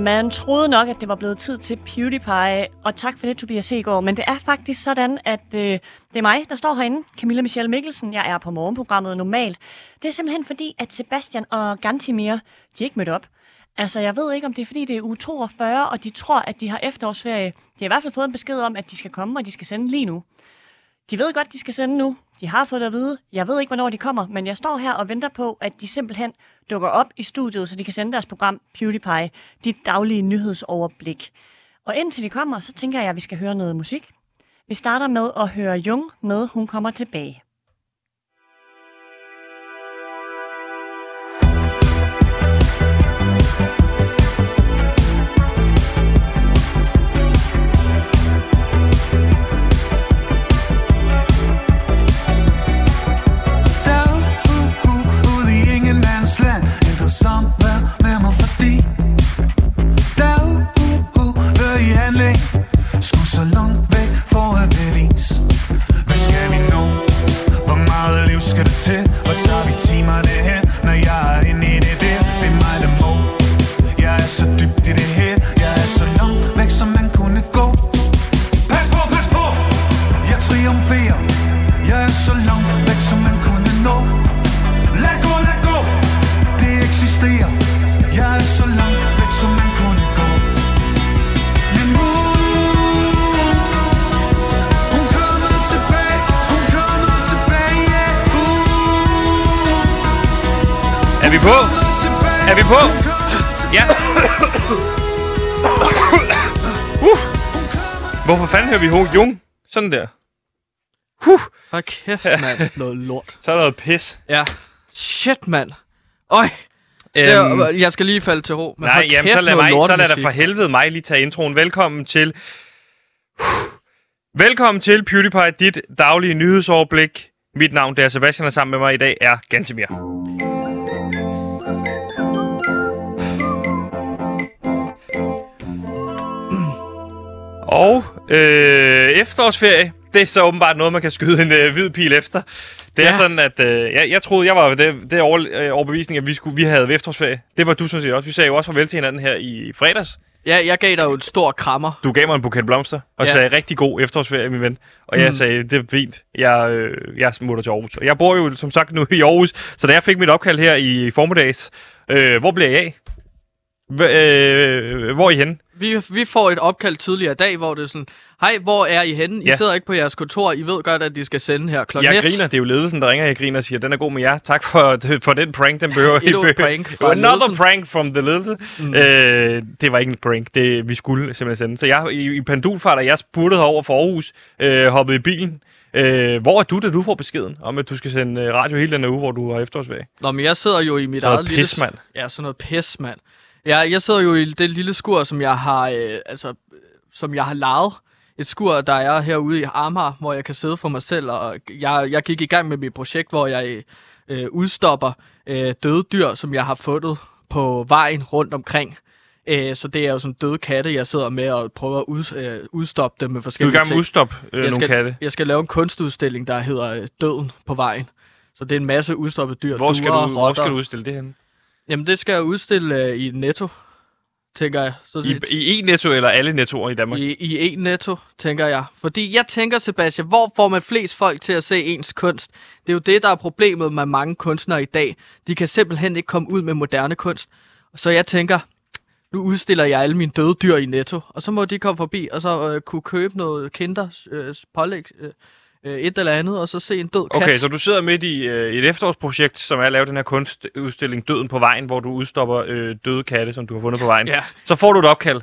Man troede nok, at det var blevet tid til PewDiePie, og tak for det, Tobias Hegaard. Men det er faktisk sådan, at det er mig, der står herinde, Camilla Michelle Mikkelsen. Jeg er på morgenprogrammet normalt. Det er simpelthen fordi, at Sebastian og Gantimir, de er ikke mødt op. Altså, jeg ved ikke, om det er fordi, det er uge 42, og de tror, at de har efterårsferie. De har i hvert fald fået en besked om, at de skal komme, og de skal sende lige nu. De ved godt, de skal sende nu. De har fået det at vide. Jeg ved ikke, hvornår de kommer, men jeg står her og venter på, at de simpelthen dukker op i studiet, så de kan sende deres program PewDiePie, dit daglige nyhedsoverblik. Og indtil de kommer, så tænker jeg, at vi skal høre noget musik. Vi starter med at høre Jung med Hun kommer tilbage. Er vi på? Ja. Hvorfor fanden hører vi Jung? Sådan der. Hold kæft, mand. Noget lort. Så er der noget pis. Ja. Shit, mand. Øj. Jeg skal lige falde til ro. Men nej, jamen, så lad dig for helvede mig lige tage introen. Velkommen til PewDiePie, dit daglige nyhedsoverblik. Mit navn det er Sebastian, og sammen med mig i dag er Gantimir. Og efterårsferie, det er så åbenbart noget, man kan skyde en hvid pil efter. Det er sådan, at jeg troede, jeg var det overbevisning, at vi havde efterårsferie. Det var du sådan set også. Vi sagde jo også farvel til hinanden her i fredags. Ja, jeg gav dig jo en stor krammer. Du gav mig en buket blomster, og sagde rigtig god efterårsferie, min ven. Og jeg sagde, det er fint. Jeg smutter til Aarhus. Og jeg bor jo som sagt nu i Aarhus, så da jeg fik mit opkald her i formiddags, hvor blev jeg af? Hvor er I henne? Vi får et opkald tidligere i dag, hvor det er sådan, hej, hvor er I henne? I sidder ikke på jeres kontor, I ved godt, at de skal sende her klokken 1. Jeg griner, det er jo ledelsen, der ringer, jeg griner og siger, den er god med jer. Tak for den prank, den behøver I. Prank Another prank from the ledelse. Det var ikke en prank, vi skulle simpelthen sende. Så jeg i pendulfart, og jeg spurtede over for Aarhus, hoppede i bilen. Hvor er du, da du får beskeden om, at du skal sende radio hele den uge, hvor du har efterårsferie? Nå, men jeg sidder jo i mit eget lille... Pis, mand. Ja, sådan noget pis, mand. Ja, jeg sidder jo i det lille skur, som jeg har lejet. Et skur, der er herude i Amager, hvor jeg kan sidde for mig selv. Og jeg gik i gang med mit projekt, hvor jeg udstopper døde dyr, som jeg har fundet på vejen rundt omkring. Så det er jo sådan døde katte, jeg sidder med og prøver at udstoppe dem med forskellige ting. Du er i gang med at udstoppe nogle katte? Jeg skal lave en kunstudstilling, der hedder Døden på vejen. Så det er en masse udstoppede dyr. Hvor skal du udstille det henne? Jamen, det skal jeg udstille i Netto, tænker jeg. Så I Netto eller alle Nettoer i Danmark? I Netto, tænker jeg. Fordi jeg tænker, Sebastian, hvor får man flest folk til at se ens kunst? Det er jo det, der er problemet med mange kunstnere i dag. De kan simpelthen ikke komme ud med moderne kunst. Så jeg tænker, nu udstiller jeg alle mine døde dyr i Netto, og så må de komme forbi, og så kunne købe noget pålæg, et eller andet, og så se en død kat. Okay, så du sidder midt i et efterårsprojekt, som er at lave den her kunstudstilling Døden på vejen, hvor du udstopper døde katte, som du har fundet på vejen. Ja. Så får du et opkald.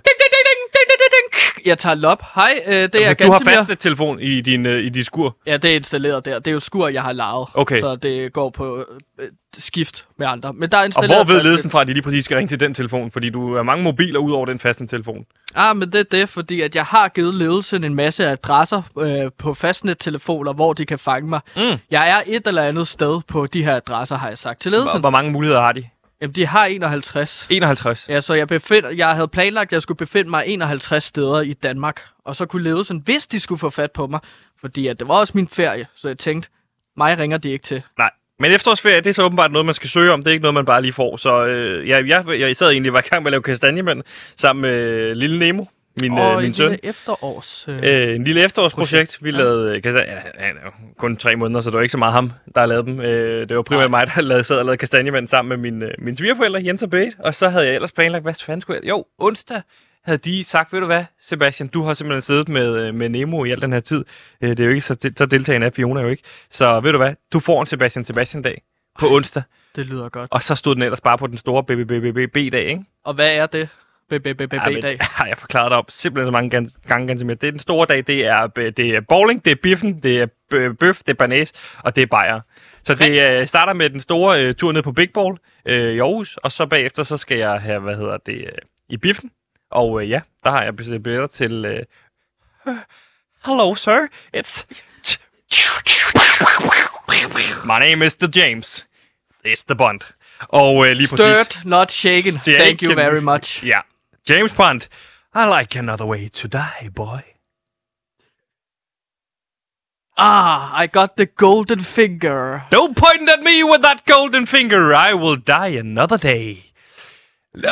Jeg tager det op. Hej, det er Gantimir. Du har fastnet-telefon i dit skur? Ja, det er installeret der. Det er jo skur, jeg har lejet. Okay. Så det går på skift med andre. Men der er installeret. Og hvor ved ledelsen fra, at de lige præcis skal ringe til den telefon? Fordi du har mange mobiler ud over den fastnet-telefon. Men det er det, fordi at jeg har givet ledelsen en masse adresser på fastnet-telefoner, hvor de kan fange mig. Jeg er et eller andet sted på de her adresser, har jeg sagt til ledelsen. Hvor mange muligheder har de? Jamen, de har 51. 51? Ja, så jeg havde planlagt, at jeg skulle befinde mig 51 steder i Danmark. Og så kunne ledelsen, hvis de skulle få fat på mig, fordi at det var også min ferie, så jeg tænkte, mig ringer de ikke til. Nej. Men efterårsferie, det er så åbenbart noget, man skal søge om. Det er ikke noget, man bare lige får. Så jeg sad egentlig var i gang med at lave kastanjemænd sammen med lille Nemo, min søn. En lille efterårsprojekt. Vi lavede kun 3 måneder, så det var ikke så meget ham, der har lavet dem. Det var primært mig, der sad og lavede kastanjemænd sammen med mine svigerforældre, Jens og Bate. Og så havde jeg ellers planlagt, hvad fanden skulle jeg... Jo, onsdag havde de sagt, ved du hvad, Sebastian, du har simpelthen siddet med Nemo i al den her tid. Det er jo ikke så deltagende af Fiona jo ikke. Så ved du hvad, du får en Sebastian-dag på onsdag. Det lyder godt. Og så stod den ellers bare på den store BBB-dag, ikke? Og hvad er det? BBB-dag? Har jeg forklaret det op simpelthen så mange gange ganske mere. Det er den store dag, det er bowling, det er biffen, det er bøf, det er banæs, og det er bajer. Så det starter med den store tur ned på Big Ball i Aarhus, og så bagefter så skal jeg have, i biffen. Og der har jeg bestilt billetter til... Hello, sir. It's... My name is the James. It's the Bond. Og lige præcis... Stirred, not shaken. Thank you very much. Ja. James Bond. I like another way to die, boy. I got the golden finger. Don't point at me with that golden finger. I will die another day. No.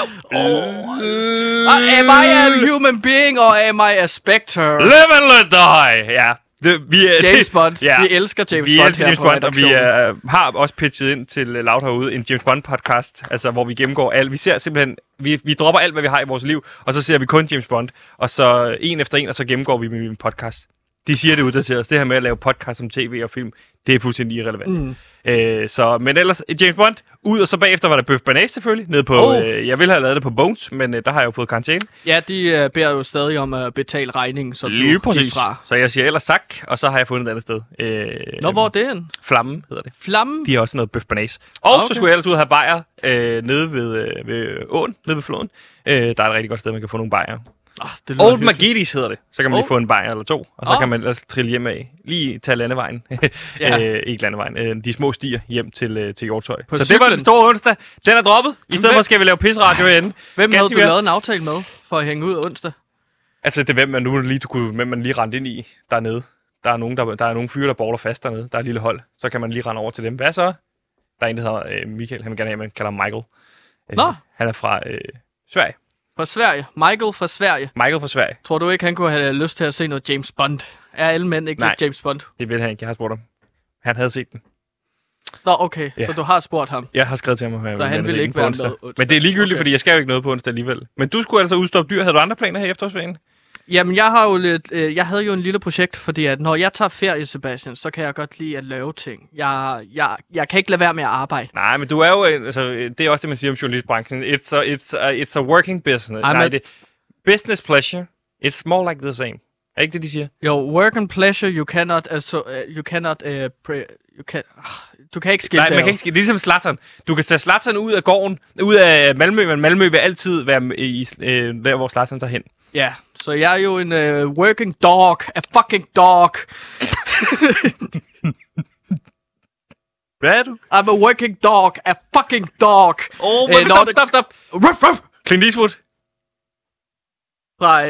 Am I a human being, or am I a spectre? Live and let die. Ja. James Bond. Ja. Vi elsker James Bond her på redaktionen. Og vi har også pitchet ind til Loud herude en James Bond podcast, altså hvor vi gennemgår alt. Vi ser simpelthen, vi dropper alt, hvad vi har i vores liv, og så ser vi kun James Bond, og så en efter en, og så gennemgår vi med min podcast. De siger det uddateret os. Det her med at lave podcast om tv og film, det er fuldstændig irrelevant. Men ellers, James Bond, ud, og så bagefter var der bøf banæs selvfølgelig, nede på, jeg ville have lavet det på Bones, men der har jeg jo fået karantæne. Ja, de beder jo stadig om at betale regningen, så lige du præcis. Fra. Så jeg siger ellers tak, og så har jeg fundet et andet sted. Hvor er det hen? Flammen hedder det. Flammen? De har også noget bøf banæs. Og så skulle jeg ellers ud og have bajer nede ved åen, nede ved floden. Der er et rigtig godt sted, man kan få nogle bajer. Old Magidis hedder det. Så kan man lige få en bajer eller 2, og så kan man ellers trille hjem af. Lige tage landevejen. Ikke landevejen. De små stier hjem til Hjortøj. Så cyklen. Det var den store onsdag. Den er droppet. I stedet for skal vi lave pisradio herinde. Hvem havde du lavet en aftale med for at hænge ud onsdag? Altså, det er hvem man lige rendte ind i dernede. Der er nogle fyre, der borger fast dernede. Der er et lille hold. Så kan man lige rende over til dem. Hvad så? Der er en, der hedder Michael. Han vil gerne have, man kalder ham Michael. Han er fra Sverige. Fra Sverige. Michael fra Sverige. Tror du ikke, han kunne have lyst til at se noget James Bond? Er alle mænd ikke lidt James Bond? Det vil han ikke. Jeg har spurgt ham. Han havde set den. Nå, okay. Ja. Så du har spurgt ham? Jeg har skrevet til ham. Så han vil ikke være med onsdag. Men det er ligegyldigt, fordi jeg skal jo ikke noget på onsdag alligevel. Men du skulle altså udstoppe dyr. Havde du andre planer her i efterårsferien? Jamen, jeg havde jo en lille projekt, fordi at når jeg tager ferie, Sebastian, så kan jeg godt lide at lave ting. Jeg kan ikke lade være med at arbejde. Nej, men du er jo... Altså, det er også det, man siger om journalistbranchen. It's a working business. Business pleasure. It's more like the same. Er ikke det, de siger? Jo, work and pleasure, du kan ikke skille. Nej, man kan ikke skille. Det er ligesom Zlatan. Du kan tage Zlatan ud af gården, ud af Malmø, men Malmø vil altid være der, hvor Zlatan tager hen. Ja, så jeg er jo en working dog. A fucking dog. Hvad er du? I'm a working dog. A fucking dog. Stop. Ruff, ruff. Clint Eastwood. Fra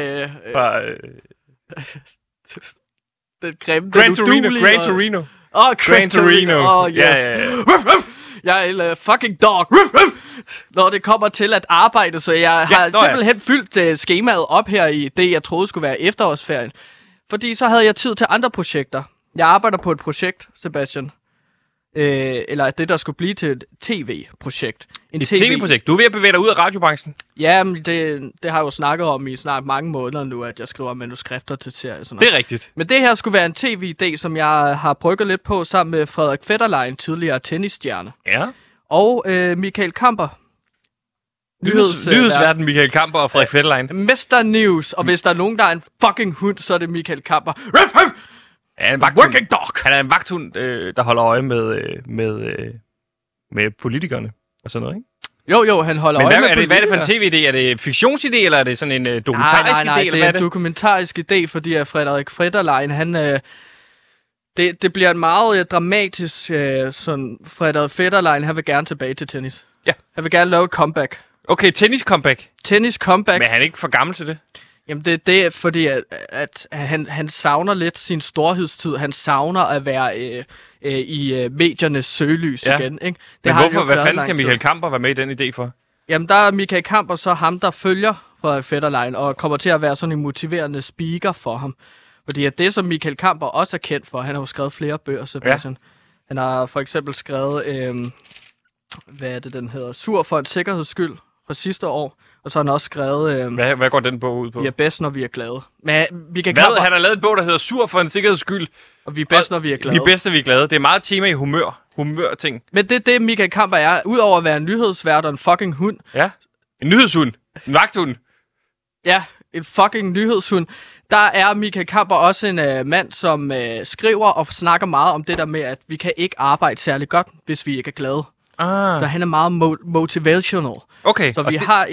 den grimme, Gran Torino. Gran Torino. Yes. Yeah. Jeg er en fucking dog. Når det kommer til at arbejde, så jeg har simpelthen fyldt skemaet op her i det, jeg troede skulle være efterårsferien. Fordi så havde jeg tid til andre projekter. Jeg arbejder på et projekt, Sebastian. Eller det, der skulle blive til et tv-projekt. Et tv-projekt? Du er ved at bevæge dig ud af radiobranchen? Ja, men det har jeg jo snakket om i snart mange måneder nu, at jeg skriver manuskripter til serier. Det er rigtigt. Men det her skulle være en tv-idé, som jeg har brygget lidt på sammen med Frederik Fetterlein, tidligere tennisstjerne. Ja. Og Michael Kamper. Nyhedsverden Michael Kamper og Frederik Fetterlein. Mester News, og hvis der er nogen, der er en fucking hund, så er det Michael Kamper. Han er en vagthund, der holder øje med politikerne og sådan noget, ikke? Jo, han holder øje med politikere. Hvad er det for en tv-idé? Er det fiktionsidé, eller er det sådan en dokumentarisk idé? Nej, det er en dokumentarisk idé, fordi at Frederik Fetterlein, han... Det bliver en meget dramatisk... sådan Frederik Fetterlein, han vil gerne tilbage til tennis. Ja. Han vil gerne lave et comeback. Okay, tennis-comeback. Tennis-comeback. Men han er ikke for gammel til det? Jamen det er fordi, at han savner lidt sin storhedstid. Han savner at være i mediernes søgelys igen. Ikke? Men hvorfor? Hvad fanden skal Michael Kamper være med i den idé for? Jamen der er Michael Kamper så ham, der følger Frederik Fetterlein og kommer til at være sådan en motiverende speaker for ham. Fordi at det, som Michael Kamper også er kendt for, han har jo skrevet flere bøger, Sebastian. Ja. Han har for eksempel skrevet, hvad er det, den hedder? Sur for en sikkerheds skyld fra sidste år. Og så har han også skrevet... Hvad går den bog ud på? Vi er bedst, når vi er glade. Men han har lavet en bog, der hedder Sur for en sikkerheds skyld. Og vi er bedst, når vi er glade. Vi er bedst, når vi er glade. Det er meget tema i humør-ting. Men det er det, Michael Kamper er. Udover at være en nyhedsvært og en fucking hund. Ja, en nyhedshund. En vagthund. Ja, en fucking nyhedshund. Der er Michael Kamper også en mand, som skriver og snakker meget om det der med, at vi kan ikke arbejde særlig godt, hvis vi ikke er glade. Så han er meget motivational. Okay. Så vi har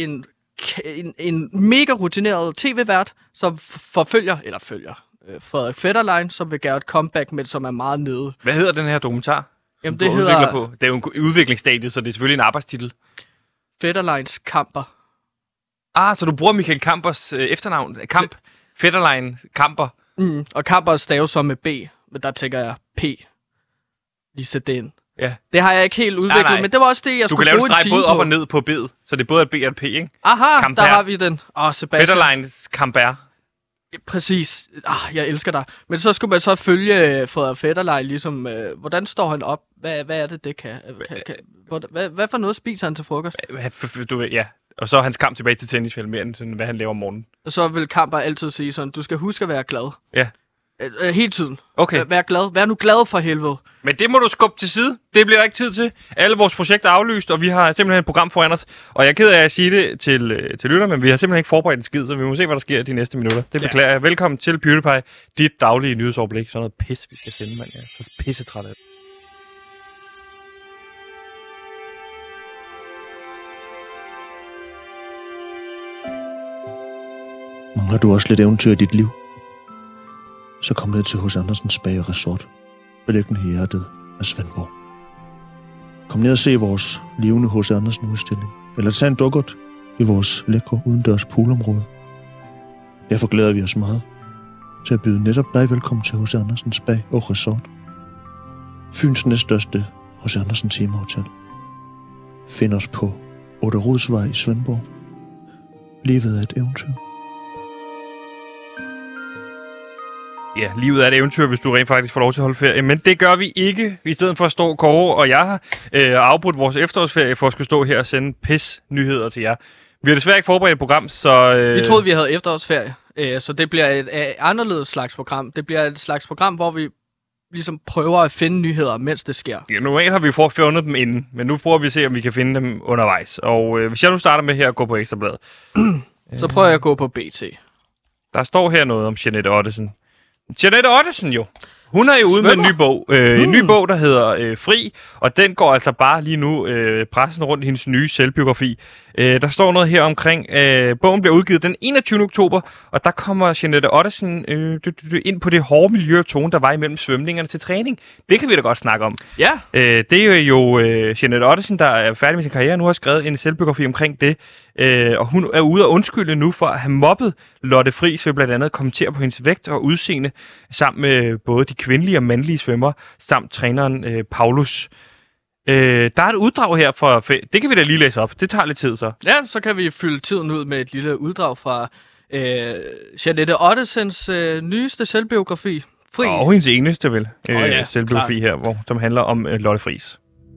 en mega rutineret tv-vært, som følger Frederik Fetterlein, som vil gøre et comeback, men som er meget nede. Hvad hedder den her dokumentar? Jamen, det hedder... På? Det er jo en udviklingsstadie, så det er selvfølgelig en arbejdstitel. Fetterleins Kamper. Så du bruger Michael Kampers efternavn? Kamp? Fetterlein Kamper? Og Kamper staves som med B, men der tænker jeg P. Lige sæt det ind. Ja. Det har jeg ikke helt udviklet, nej. Men det var også det, jeg skulle bruge en time på. Du kan lave et streg både op og ned på B'et, så det er både et B og et P, ikke? Aha, Kamper. Der har vi den. Sebastian. Fetterleins Kamper. Præcis. Jeg elsker dig. Men så skulle man så følge Frederik Fetterlein, ligesom, hvordan står han op? Hvad er det kan? Hvad for noget spiser han til frokost? Du ved, ja. Og så er hans kamp tilbage til tennisfælden mere end sådan, hvad han laver om morgenen. Og så vil Kamper altid sige sådan, du skal huske at være glad. Ja. Hele tiden. Okay. Vær glad. Vær nu glad for helvede. Men det må du skubbe til side. Det bliver der ikke tid til. Alle vores projekter er aflyst, og vi har simpelthen et program foran os. Og jeg er ked af at sige det til lytter, men vi har simpelthen ikke forberedt en skid, så vi må se, hvad der sker de næste minutter. Det beklager jeg. Velkommen til PewDiePie, dit daglige nyhedsoverblik. Sådan noget pis, vi skal sende, mand. Jeg er så pissetræt af det. Mangler du også lidt eventyr i dit liv? Så kom ned til H.C. Andersens Bag & Resort, beliggende i hjertet af Svendborg. Kom ned og se vores levende H.C. Andersen udstilling, eller tag en dukkert i vores lækre udendørs poolområde. Derfor glæder vi os meget til at byde netop dig velkommen til H.C. Andersens Bag & Resort. Fyns næststørste H.C. Andersen Temahotel. Find os på Otterodsvej i Svendborg. Livet er et eventyr. Ja, livet er et eventyr, hvis du rent faktisk får lov til at holde ferie. Men det gør vi ikke. I stedet for at stå Kåre og jeg har afbrudt vores efterårsferie for at skulle stå her og sende pis-nyheder til jer. Vi har desværre ikke forberedt et program, så... Vi troede, vi havde efterårsferie, så det bliver et anderledes slags program. Det bliver et slags program, hvor vi ligesom prøver at finde nyheder, mens det sker. Ja, normalt har vi fundet dem inden, men nu prøver vi at se, om vi kan finde dem undervejs. Og hvis jeg nu starter med her at gå på Ekstra Bladet. Så prøver jeg at gå på BT. Der står her noget om Jeanette Ottesen. Jeanette Ottesen jo. Hun er jo ude med en ny bog. En ny bog, der hedder Fri, og den går altså bare lige nu pressen rundt i hendes nye selvbiografi. Der står noget her omkring, bogen bliver udgivet den 21. oktober, og der kommer Jeanette Ottesen ind på det hårde miljø og tone, der var imellem svømningerne til træning. Det kan vi da godt snakke om. Ja. Det er jo Jeanette Ottesen, der er færdig med sin karriere, nu har skrevet en selvbiografi omkring det, og hun er ude og undskylde nu for at have mobbet Lotte Friis ved blandt andet at kommentere på hendes vægt og udseende, sammen med både de kvindelige og mandlige svømmere, samt træneren Paulus. Der er et uddrag her fra... Det kan vi da lige læse op. Det tager lidt tid så. Ja, så kan vi fylde tiden ud med et lille uddrag fra Jeanette Ottesens nyeste selvbiografi. Fri. Og hendes eneste vel selvbiografi klar. her, som handler om Lotte Friis.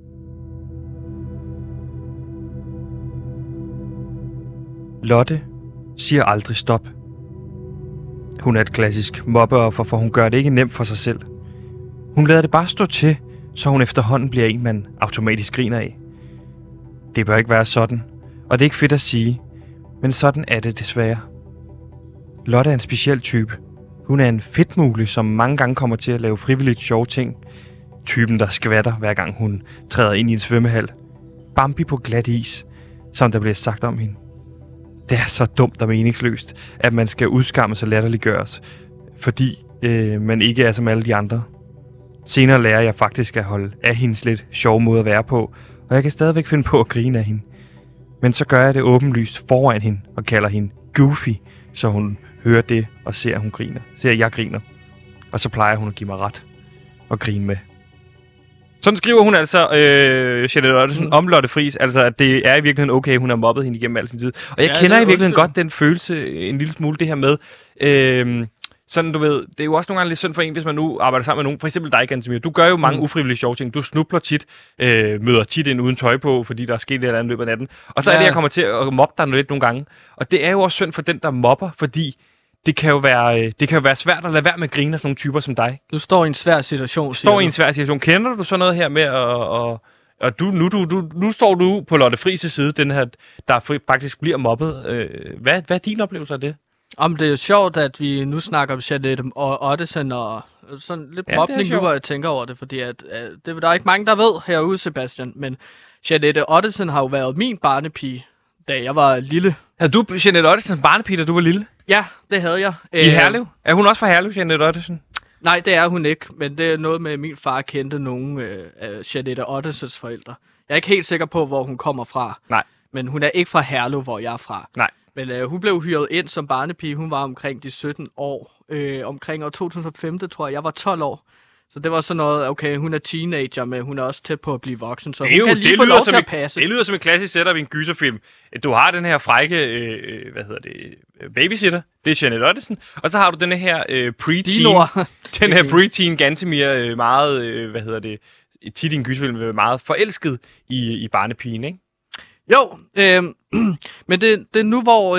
Lotte siger aldrig stop. Hun er et klassisk mobbeoffer, for hun gør det ikke nemt for sig selv. Hun lader det bare stå til, så hun efterhånden bliver en, man automatisk griner af. Det bør ikke være sådan, og det er ikke fedt at sige, men sådan er det desværre. Lotte er en speciel type. Hun er en fedtmule, som mange gange kommer til at lave frivilligt sjove ting. Typen, der skvatter, hver gang hun træder ind i en svømmehal. Bambi på glat is, som der bliver sagt om hende. Det er så dumt og meningsløst, at man skal udskammes og latterliggøres, fordi man ikke er som alle de andre. Senere lærer jeg faktisk at holde af hendes lidt sjove måde at være på, og jeg kan stadigvæk finde på at grine af hende. Men så gør jeg det åbenlyst foran hende og kalder hende Goofy, så hun hører det og ser, at hun griner. Ser, at jeg griner. Og så plejer hun at give mig ret og grine med. Sådan skriver hun altså, Jeanette Ottesen, om Lotte Friis, altså at det er i virkeligheden okay, hun har mobbet hende igennem al sin tid. Og jeg kender i virkeligheden godt den følelse, en lille smule det her med, sådan du ved, det er jo også nogle gange lidt synd for en, hvis man nu arbejder sammen med nogen, for eksempel dig, Gantemir. Du gør jo mange ufrivillige sjove ting. Du snubler tit, møder tit ind uden tøj på, fordi der er sket et eller andet løbet af natten. Og så er det, jeg kommer til at mobbe dig lidt nogle gange. Og det er jo også synd for den, der mobber, fordi det kan jo være svært at lade være med at grine af sådan nogle typer som dig. Du står i en svær situation, siger du. I en svær situation. Kender du så noget her med og nu står du på Lotte Friis' side, den her, der faktisk bliver mobbet. Hvad er din oplevelse af det? Om det er sjovt, at vi nu snakker om Jeanette Ottesen og sådan lidt mobning nu, hvor jeg tænker over det, fordi at der er ikke mange, der ved herude, Sebastian, men Jeanette Ottesen har jo været min barnepige, da jeg var lille. Havde du Jeanette Ottesen barnepige, da du var lille? Ja, det havde jeg. I Herlev? Er hun også fra Herlev, Jeanette Ottesen? Nej, det er hun ikke, men det er noget med, at min far kendte nogle af Jeanette Ottesens forældre. Jeg er ikke helt sikker på, hvor hun kommer fra. Nej. Men hun er ikke fra Herlev, hvor jeg er fra. Nej. Men hun blev hyret ind som barnepige. Hun var omkring de 17 år. Omkring år 2015, tror jeg var 12 år. Så det var sådan noget, okay, hun er teenager, men hun er også tæt på at blive voksen, så hun kan lige få lov til at passe. Det lyder som en klassisk setup i en gyserfilm. Du har den her frække, babysitter, det er Jeanette Ottesen, og så har du den her preteen, den her preteen Gantemir, meget, tit i en gyserfilm, meget forelsket i barnepigen, ikke? Jo, men det er nu, hvor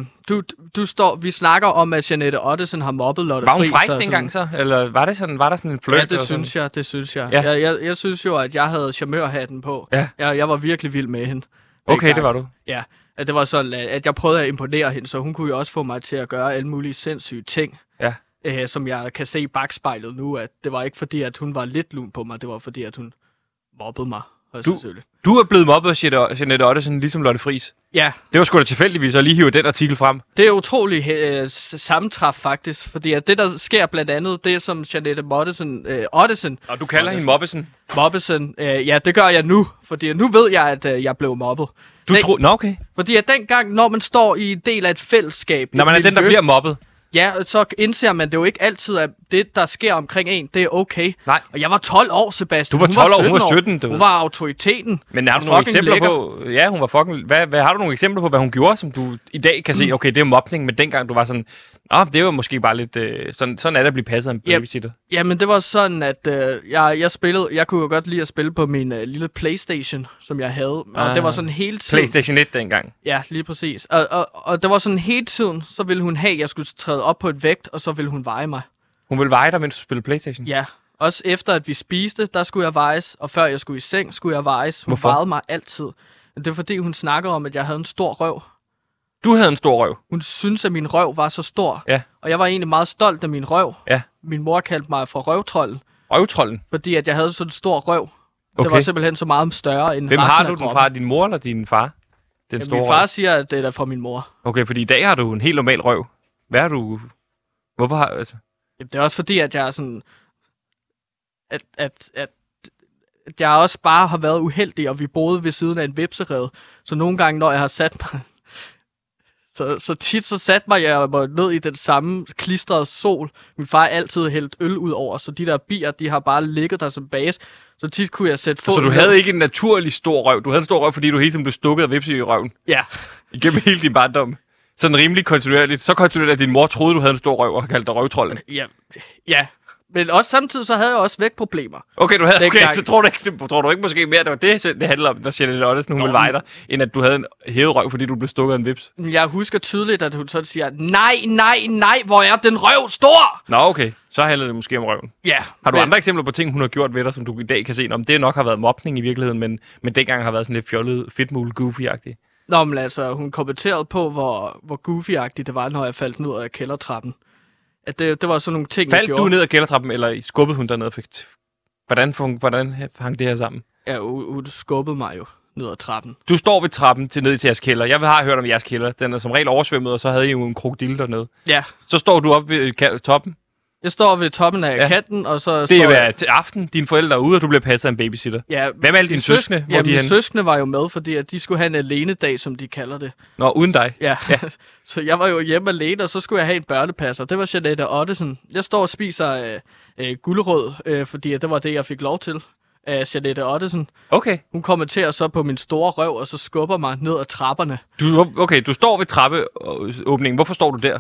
vi snakker om, at Jeanette Ottesen har mobbet Lotte Friis. Var hun fræk dengang så? Eller var der sådan en flirt? Ja, det synes jeg. Ja. Jeg synes jo, at jeg havde charmeurhatten på. Ja. Jeg var virkelig vild med hende. Okay, det var du. Ja, at det var sådan, at jeg prøvede at imponere hende, så hun kunne jo også få mig til at gøre alle mulige sindssyge ting. Ja. Som jeg kan se i bagspejlet nu, at det var ikke fordi, at hun var lidt lun på mig, det var fordi, at hun mobbede mig. Du er blevet mobbet af Jeanette Ottesen, ligesom Lotte Friis. Ja. Det var sgu da tilfældigvis at lige hive den artikel frem. Det er utrolig sammentræf faktisk, fordi at det, der sker blandt andet, det som Jeanette Ottesen... Og du kalder hende Mobbesen? Mobbesen, ja, det gør jeg nu, fordi nu ved jeg, at jeg blev mobbet. Nå, okay. Fordi at dengang, når man står i en del af et fællesskab... Når man er den, der bliver mobbet. Ja, så indser man det jo ikke altid, at det, der sker omkring en, det er okay. Nej. Og jeg var 12 år, Sebastian. Du var 12 år, hun var 17. Hun var autoriteten. Men har du nogle eksempler på... Ja, hun var fucking... Har du nogle eksempler på, hvad hun gjorde, som du i dag kan se, okay, det er mobning, men dengang du var sådan... det var måske bare lidt... Sådan er det at blive passet af en babysitter. Ja, men det var sådan, at jeg spillede... Jeg kunne jo godt lide at spille på min lille PlayStation, som jeg havde. Og det var sådan hele tiden... PlayStation 1 dengang. Ja, lige præcis. Og det var sådan hele tiden, så ville hun have, at jeg skulle træde op på et vægt, og så ville hun veje mig. Hun ville veje dig, mens du spillede PlayStation? Ja. Også efter, at vi spiste, der skulle jeg vejes. Og før jeg skulle i seng, skulle jeg vejes. Hun vejede mig altid. Det er fordi, hun snakker om, at jeg havde en stor røv. Du havde en stor røv? Hun synes, at min røv var så stor. Ja. Og jeg var egentlig meget stolt af min røv. Ja. Min mor kaldte mig for røvtrollen. Røvtrollen? Fordi at jeg havde sådan en stor røv. Okay. Det var simpelthen så meget større end Hvem resten har du af den fra? Din mor eller din far? Den store min far siger, at det er fra min mor. Okay, fordi i dag har du en helt normal røv. Hvad har du... Hvorfor har... Altså... Jamen, det er også fordi, at jeg er sådan... At jeg også bare har været uheldig, og vi boede ved siden af en vipserede. Så nogle gange, når jeg har sat mig... Så tit så satte jeg mig ned i den samme klistrede sol. Min far har altid hældt øl ud over, så de der bier, de har bare ligget der som base. Så tit kunne jeg sætte foden. Så du havde ikke en naturlig stor røv? Du havde en stor røv, fordi du hele tiden blev stukket af vipse i røven? Ja. Igennem hele din barndom? Sådan rimelig kontinuerligt. Så kontinuerligt, at din mor troede, du havde en stor røv og kaldte dig røvtrollen? Ja. Men også samtidig, så havde jeg også vægtproblemer. Okay, så tror du ikke måske mere, at det var det handler om, når Jeanette Ottesen, hun ville veje dig, end at du havde en hævet røv, fordi du blev stukket af en vips? Jeg husker tydeligt, at hun sådan siger, nej, hvor er den røv stor? Nå, okay. Så handlede det måske om røven. Ja. Har du andre eksempler på ting, hun har gjort ved dig, som du i dag kan se, om det nok har været mobning i virkeligheden, men dengang har været sådan lidt fjollet, fedtmule, goofy-agtigt? Nå, men altså, hun kommenterede på, hvor goofy-agtigt det var, når jeg faldt ned ad kældertrappen. At det var sådan nogle ting, faldt du ned ad kældertrappen, eller skubbede hun derned? Hvordan hang det her sammen? Ja, hun skubbede mig jo ned ad trappen. Du står ved trappen ned til jeres kælder. Jeg har hørt om jeres kælder. Den er som regel oversvømmet, og så havde I jo en krokodille dernede. Ja. Så står du op ved toppen. Jeg står ved toppen af kanten, og så Det står er til aften, dine forældre er ude, og du bliver passet af en babysitter. Ja, Hvem er alle dine søskende? Hvor de mine henne? søskende var jo med, fordi at de skulle have en alenedag, som de kalder det. Nå, uden dig. Ja. Så jeg var jo hjemme alene, og så skulle jeg have en børnepasser. Det var Jeanette Ottesen. Jeg står og spiser gulerod, fordi det var det, jeg fik lov til af Jeanette Ottesen. Okay. Hun kommenterer så på min store røv, og så skubber mig ned ad trapperne. Du står ved trappeåbningen. Hvorfor står du der?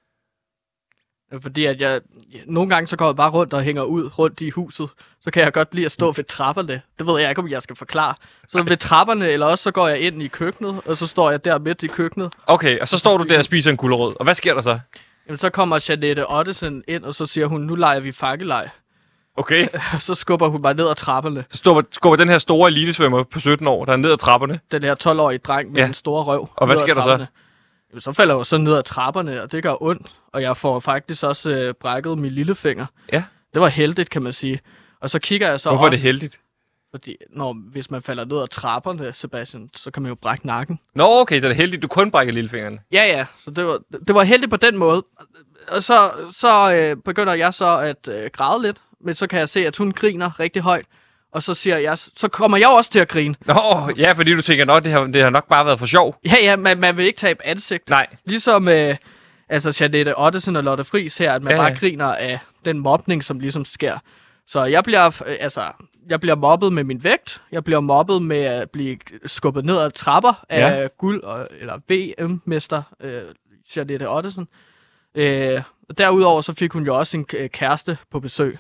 Fordi at jeg nogle gange så går jeg bare rundt og hænger rundt i huset. Så kan jeg godt lide at stå ved trapperne. Det ved jeg ikke, om jeg skal forklare. Så ved trapperne, eller også så går jeg ind i køkkenet, og så står jeg der midt i køkkenet. Okay, og så står du der og spiser en gulerod. Og hvad sker der så? Jamen, så kommer Jeanette Ottesen ind, og så siger hun, nu leger vi fakkelej. Okay. Og så skubber hun mig ned ad trapperne. Så skubber den her store elitesvømmer på 17 år, der er ned ad trapperne. Den her 12-årige dreng med en store røv. Og hvad sker der så? Jamen, så falder jeg jo så ned ad trapperne, og det gør ondt. Og jeg får faktisk også brækket min lillefinger. Ja. Det var heldigt, kan man sige. Og så kigger jeg så Hvorfor er det heldigt? Fordi hvis man falder ned ad trapperne, Sebastian, så kan man jo brække nakken. Nå, okay, så er det heldigt, du kun brækker lillefingeren. Ja, så det var heldigt på den måde. Og så begynder jeg så at græde lidt, men så kan jeg se, at hun griner rigtig højt. Og så siger jeg, så kommer jeg også til at grine. Nå, ja, fordi du tænker, det har nok bare været for sjov. Ja, man vil ikke tabe ansigt. Nej. Ligesom Jeanette Ottesen og Lotte Friis her, at man bare griner af den mobning, som ligesom sker. Så jeg bliver mobbet med min vægt. Jeg bliver mobbet med at blive skubbet ned ad trapper af eller VM-mester Jeanette Ottesen. Derudover så fik hun jo også en kæreste på besøg.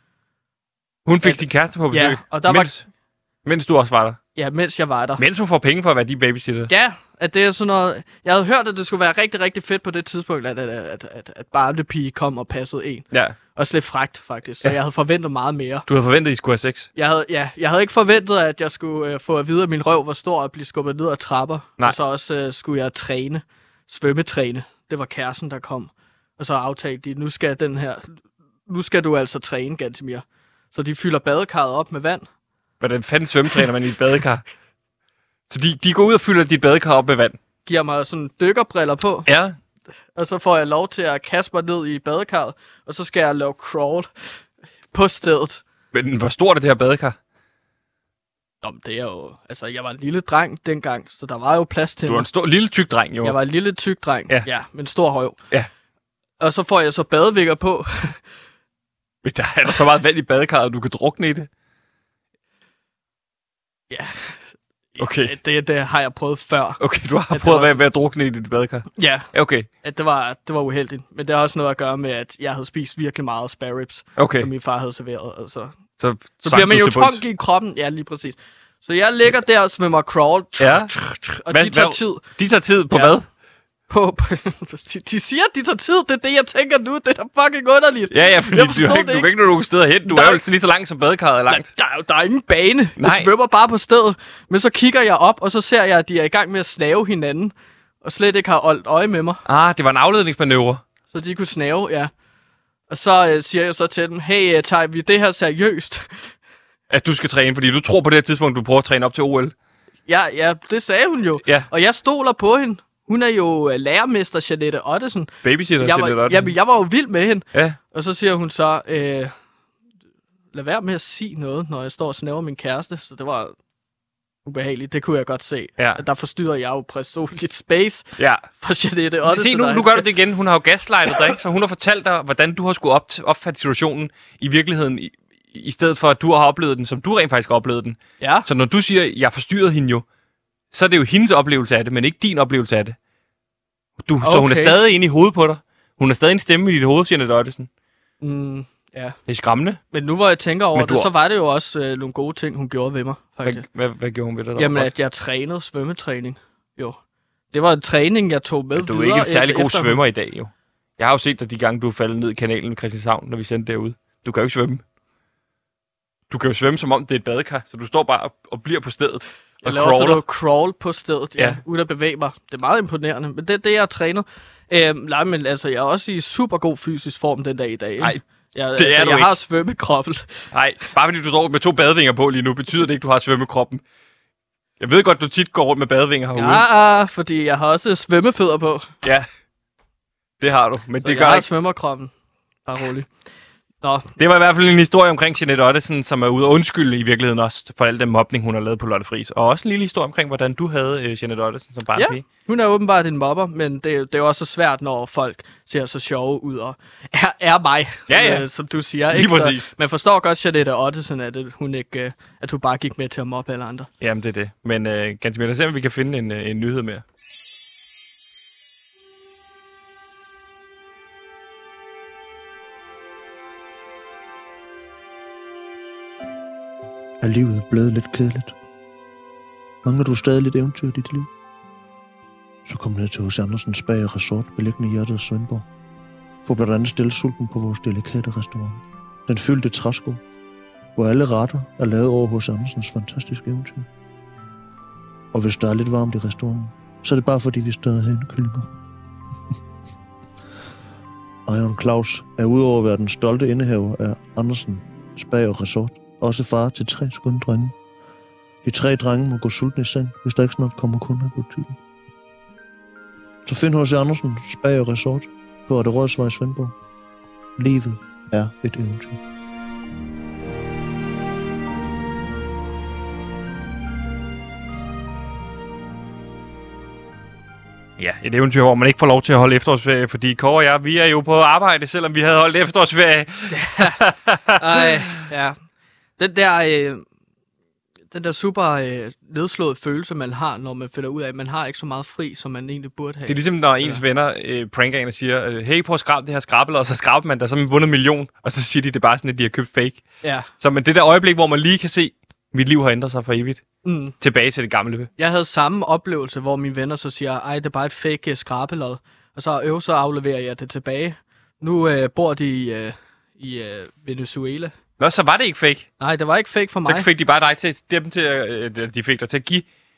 Hun fik sin kæreste på besøg? Ja, og der mens du også var der? Ja, mens jeg var der. Mens hun får penge for at være din babysitter? Ja, at det er sådan noget... Jeg havde hørt, at det skulle være rigtig, rigtig fedt på det tidspunkt, at barnepige kom og passede en. Ja. Også lidt frækt, faktisk. Så jeg havde forventet meget mere. Du havde forventet, at I skulle have sex? Jeg havde ikke forventet, at jeg skulle få at vide, at min røv var stor og blive skubbet ned ad trapper. Nej. Og så også skulle jeg svømmetræne. Det var kæresten, der kom. Og så aftalte de, nu skal du altså træne, Gantemir. Så de fylder badekarret op med vand. Hvordan fanden svømmetræner man i et badekar? Så de går ud og fylder dit badekar op med vand? Giver mig sådan dykkerbriller på. Ja. Og så får jeg lov til at kaste mig ned i badekarret. Og så skal jeg lave crawl på stedet. Men hvor stort er det her badekar? Nå, det er jo... Altså, jeg var en lille dreng dengang, så der var jo plads til Du var en stor, lille tyk dreng, jo. Jeg var en lille tyk dreng, ja, med en stor røv. Ja. Og så får jeg så badevinger på. Men der er der så meget vand i badekarret, at du kan drukne i det? Ja. Okay. Det har jeg prøvet før. Okay, du har prøvet at være drukne i dit badekar? Ja. Okay. At det var uheldigt. Men det har også noget at gøre med, at jeg havde spist virkelig meget spare ribs, som min far havde serveret. Og så bliver man jo tung i kroppen. Ja, lige præcis. Så jeg ligger der og svømmer crawl. Ja. Og de tager tid. De tager tid på hvad? De siger, at de tager tid. Det er det, jeg tænker nu. Det er da fucking underligt. Ja, fordi du kan ikke nå nogen steder hen. Du er jo lige så langt, som badekarret er langt. Der er ingen bane. Jeg svømmer bare på stedet. Men så kigger jeg op, og så ser jeg, at de er i gang med at snave hinanden. Og slet ikke har holdt øje med mig. Det var en afledningsmanøvre. Så de kunne snave, ja. Og så siger jeg så til dem, hey, tager vi det her seriøst? At du skal træne, fordi du tror på det her tidspunkt, du prøver at træne op til OL. Ja, det sagde hun jo. Ja. Og jeg stoler på hende. Hun er jo lærermester Jeanette Ottesen. Babysitter Jeanette Ottesen. Jamen, jeg var jo vild med hende. Ja. Og så siger hun så, lad være med at sige noget, når jeg står og snæver min kæreste. Så det var ubehageligt. Det kunne jeg godt se. Ja. Der forstyrrer jeg jo personligt space for Jeanette Ottesen. Se, nu gør du det igen. Hun har jo gaslightet dig, så hun har fortalt dig, hvordan du har skulle opfatte situationen i virkeligheden, i stedet for, at du har oplevet den, som du rent faktisk har oplevet den. Ja. Så når du siger, jeg forstyrrede hende jo, så er det jo hendes oplevelse af det, men ikke din oplevelse af det. Så hun er stadig inde i hovedet på dig. Hun er stadig en stemme i dit hoved, Jeanette Ottesen. Ja. Det er skræmmende. Men nu hvor jeg tænker over det, så var det jo også nogle gode ting, hun gjorde ved mig, faktisk. Hvad gjorde hun ved dig? Jamen, at jeg trænede svømmetræning. Jo. Det var en træning, jeg tog med videre. Du er ikke en særlig god svømmer i dag, jo. Jeg har jo set dig de gange, du er faldet ned i kanalen i Christianshavn, når vi sendte derude. Du kan jo ikke svømme. Du kan jo svømme, som om det er et badekar, så du står bare og bliver på stedet. Jeg laver sådan noget crawl på stedet, uden at bevæge mig. Det er meget imponerende, men det er det, jeg har trænet. Nej, men altså, jeg er også i super god fysisk form den dag i dag. Nej, det er du ikke. Jeg har svømmekroppen. Nej, bare fordi du står med 2 badevinger på lige nu, betyder det ikke, du har svømmekroppen. Jeg ved godt, du tit går rundt med badevinger herude. Ja, fordi jeg har også svømmefødder på. Ja, det har du. Men så det jeg gør har ikke. Svømmerkroppen. Bare roligt. Nå. Det var i hvert fald en historie omkring Jeanette Ottesen, som er ude og undskylde i virkeligheden også for al den mobning, hun har lavet på Lotte Friis. Og også en lille historie omkring, hvordan du havde Jeanette Ottesen som barnepige. Ja, hun er åbenbart en mobber, men det er jo også så svært, når folk ser så sjove ud og er mig, som du siger. Lige præcis. Så man forstår godt, Jeanette Ottesen, at hun ikke, at hun bare gik med til at mobbe alle andre. Jamen, det er det. Men ganske mere, lad os se, om vi kan finde en nyhed mere. Er livet blevet lidt kedeligt? Mangler du stadig lidt eventyr i dit liv? Så kom ned til H.C. Andersens Spag og Resort, beliggende i hjertet af Svendborg. Få blandt andet stillesulten på vores delikate restaurant. Den fyldte træsko, hvor alle retter er lavet over H.C. Andersens fantastiske eventyr. Og hvis der er lidt varmt i restauranten, så er det bare fordi, vi stadig har kyllinger. Iron Claus er udover at være den stolte indehaver af Andersen Spag og Resort, også far til 3 skønne drenge. De 3 drenge må gå sultne i seng, hvis der ikke snart kommer kunder i butikken. Så find H.C. Andersen Spag og Resort på Rødsvej i Svendborg. Livet er et eventyr. Ja, et eventyr, hvor man ikke får lov til at holde efterårsferie, fordi Kåre og jeg, vi er jo på arbejde, selvom vi havde holdt efterårsferie. Ja. Den der super nedslået følelse, man har, når man finder ud af, at man har ikke så meget fri, som man egentlig burde have. Det er ligesom, når ens venner pranker en og siger, hey, prøv at skrabe det her skrabel, og så skraber man der, så har man vundet 1 million, og så siger de, det er bare sådan, at de har købt fake. Ja. Så men det der øjeblik, hvor man lige kan se, mit liv har ændret sig for evigt. Tilbage til det gamle. Jeg havde samme oplevelse, hvor mine venner så siger, ej, det er bare et fake skrabelod, og så afleverer jeg det tilbage. Nu bor de i Venezuela. Nå, så var det ikke fake? Nej, det var ikke fake for mig. Så fik de bare dig til de fik dig til at give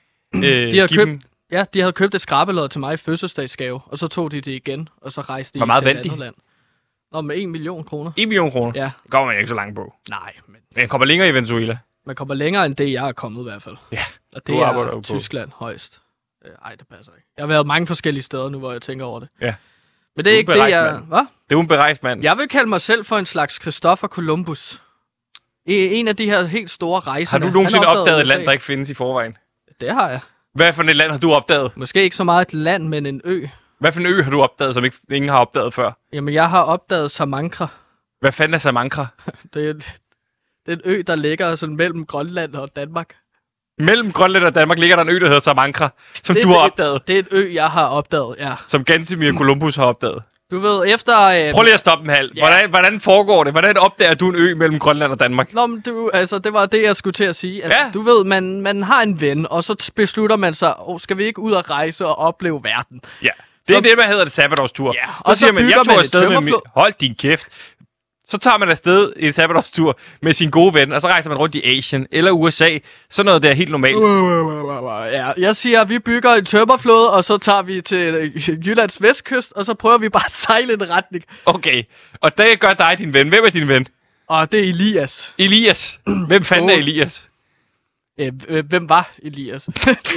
de havde købt et skrabelod til mig i fødselsdagsgave, og så tog de det igen, og så rejste de til et andet land. Nå, med 1 million kroner. 1 million kroner? Ja. Det kommer man ikke så langt på. Nej, men... Man kommer længere i Venezuela. Man kommer længere end det, jeg er kommet i hvert fald. Ja. Og det er Tyskland højst. Ej, det passer ikke. Jeg har været mange forskellige steder nu, hvor jeg tænker over det. Ja. Men det er ikke det, jeg... Hvad? Det er jo en berejst mand. Jeg vil kalde mig selv for en slags Christopher Columbus. En af de her helt store rejser. Har du nogensinde opdaget et land, der ikke findes i forvejen? Det har jeg. Hvad for et land har du opdaget? Måske ikke så meget et land, men en ø. Hvad for en ø har du opdaget, som ingen har opdaget før? Jamen, jeg har opdaget Samankra. Hvad fanden er Samankra? Det er en ø, der ligger sådan mellem Grønland og Danmark. Mellem Grønland og Danmark ligger der en ø, der hedder Samankra, som du har opdaget. Det er en ø, jeg har opdaget, ja. Som Gantemir Columbus har opdaget. Du ved, efter... Prøv lige at stoppe en halv. Ja. Hvordan foregår det? Hvordan opdager du en ø mellem Grønland og Danmark? Nå, men det var det, jeg skulle til at sige. Altså, du ved, man har en ven, og så beslutter man sig, skal vi ikke ud og rejse og opleve verden? Ja, det er det, man hedder det sabbatårstur. Ja, og så siger man, jeg tog afsted med hold din kæft. Så tager man afsted i en sabbatårstur med sin gode ven, og så rejser man rundt i Asien eller USA. Sådan noget, der er helt normalt. Ja, jeg siger, at vi bygger en tømmerflåde, og så tager vi til Jyllands vestkyst, og så prøver vi bare at sejle en retning. Okay, og det gør dig, din ven. Hvem er din ven? Og det er Elias. Elias? Hvem fanden er Elias? Hvem var Elias?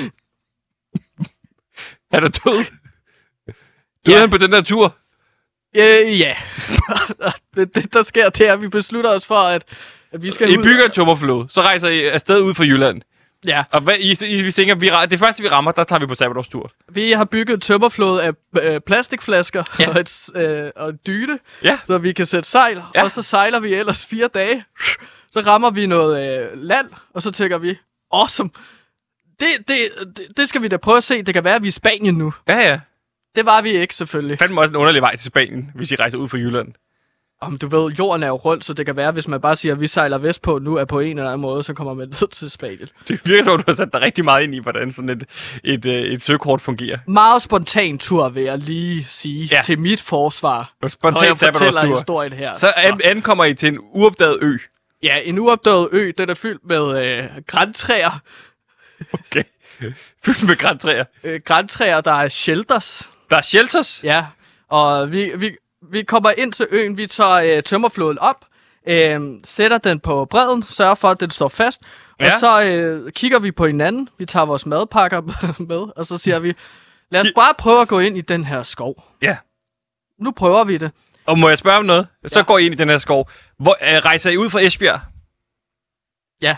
Er du død? Døde han på den der tur? Ja. det, der sker, det er, at vi beslutter os for, at vi skal ud. I bygger en tømmerflåde, så rejser I afsted ud fra Jylland. Ja. Og vi tænker, det første, vi rammer, der tager vi på sabbatårstur. Vi har bygget en tømmerflåde af plastikflasker og en dyne, så vi kan sætte sejl, og så sejler vi ellers 4 dage. Så rammer vi noget land, og så tænker vi, awesome. Det skal vi da prøve at se. Det kan være, at vi er i Spanien nu. Ja. Det var vi ikke, selvfølgelig. Det fandme også en underlig vej til Spanien, hvis I rejser ud fra Jylland. Du ved, jorden er jo rundt, så det kan være, hvis man bare siger, at vi sejler vestpå nu, er på en eller anden måde, så kommer man ned til Spanien. Det virker som, du har sat dig rigtig meget ind i, hvordan sådan et søkort fungerer. Meget spontan tur, vil jeg lige sige, til mit forsvar. Spontan jeg fortæller historien her. Så ankommer I til en uopdaget ø? Ja, en uopdaget ø, den er fyldt med grantræer. Okay. Fyldt med grantræer? Grantræer, der er shelters. Der er shelters? Ja, og vi kommer ind til øen, vi tager tømmerflåden op, sætter den på bredden, sørger for, at den står fast, og så kigger vi på hinanden, vi tager vores madpakker med, og så siger vi, lad os bare prøve at gå ind i den her skov. Ja. Nu prøver vi det. Og må jeg spørge om noget? Så går I ind i den her skov. Rejser I ud fra Esbjerg? Ja.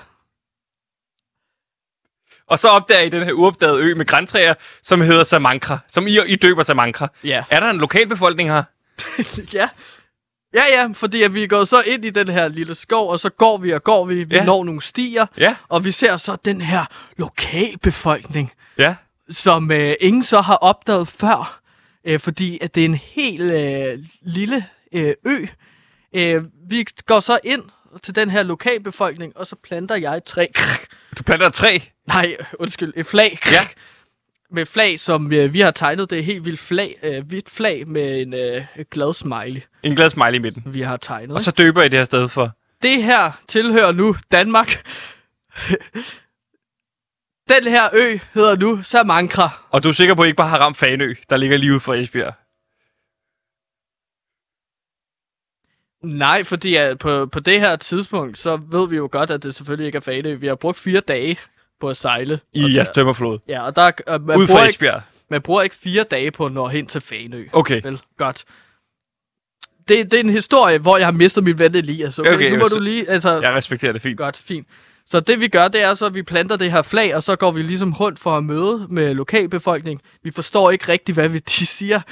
Og så opdager I den her uopdagede ø med grantræer, som hedder Samankra. Som I døber Samankra. Ja. Er der en lokalbefolkning her? Ja. Ja, fordi at vi er gået så ind i den her lille skov, og så går vi. Vi når nogle stier, og vi ser så den her lokalbefolkning, som ingen så har opdaget før, fordi at det er en helt lille ø. Vi går så ind til den her lokalbefolkning, og så planter jeg et træ. Du planter et træ? Nej, undskyld, et flag. Ja. Med flag, som vi har tegnet. Det er helt vildt hvidt flag med en glad smiley. En glad smiley i midten. Vi har tegnet. Og så døber I det her sted for? Det her tilhører nu Danmark. Den her ø hedder nu Samankra. Og du er sikker på, at I ikke bare har ramt Fanø, der ligger lige ude for Esbjerg? Nej, fordi på det her tidspunkt, så ved vi jo godt, at det selvfølgelig ikke er Fanø. Vi har brugt 4 dage på at sejle. I jeres tømmerflod? Ja, og der... Ude for Esbjerg? Man bruger ikke 4 dage på at nå hen til Fanø. Okay. Vel, godt. Det er en historie, hvor jeg har mistet min ven Elias. Okay, nu må du lige... Altså, jeg respekterer det fint. Godt, fint. Så det vi gør, det er så, at vi planter det her flag, og så går vi ligesom rundt for at møde med lokalbefolkningen. Vi forstår ikke rigtigt, hvad de siger.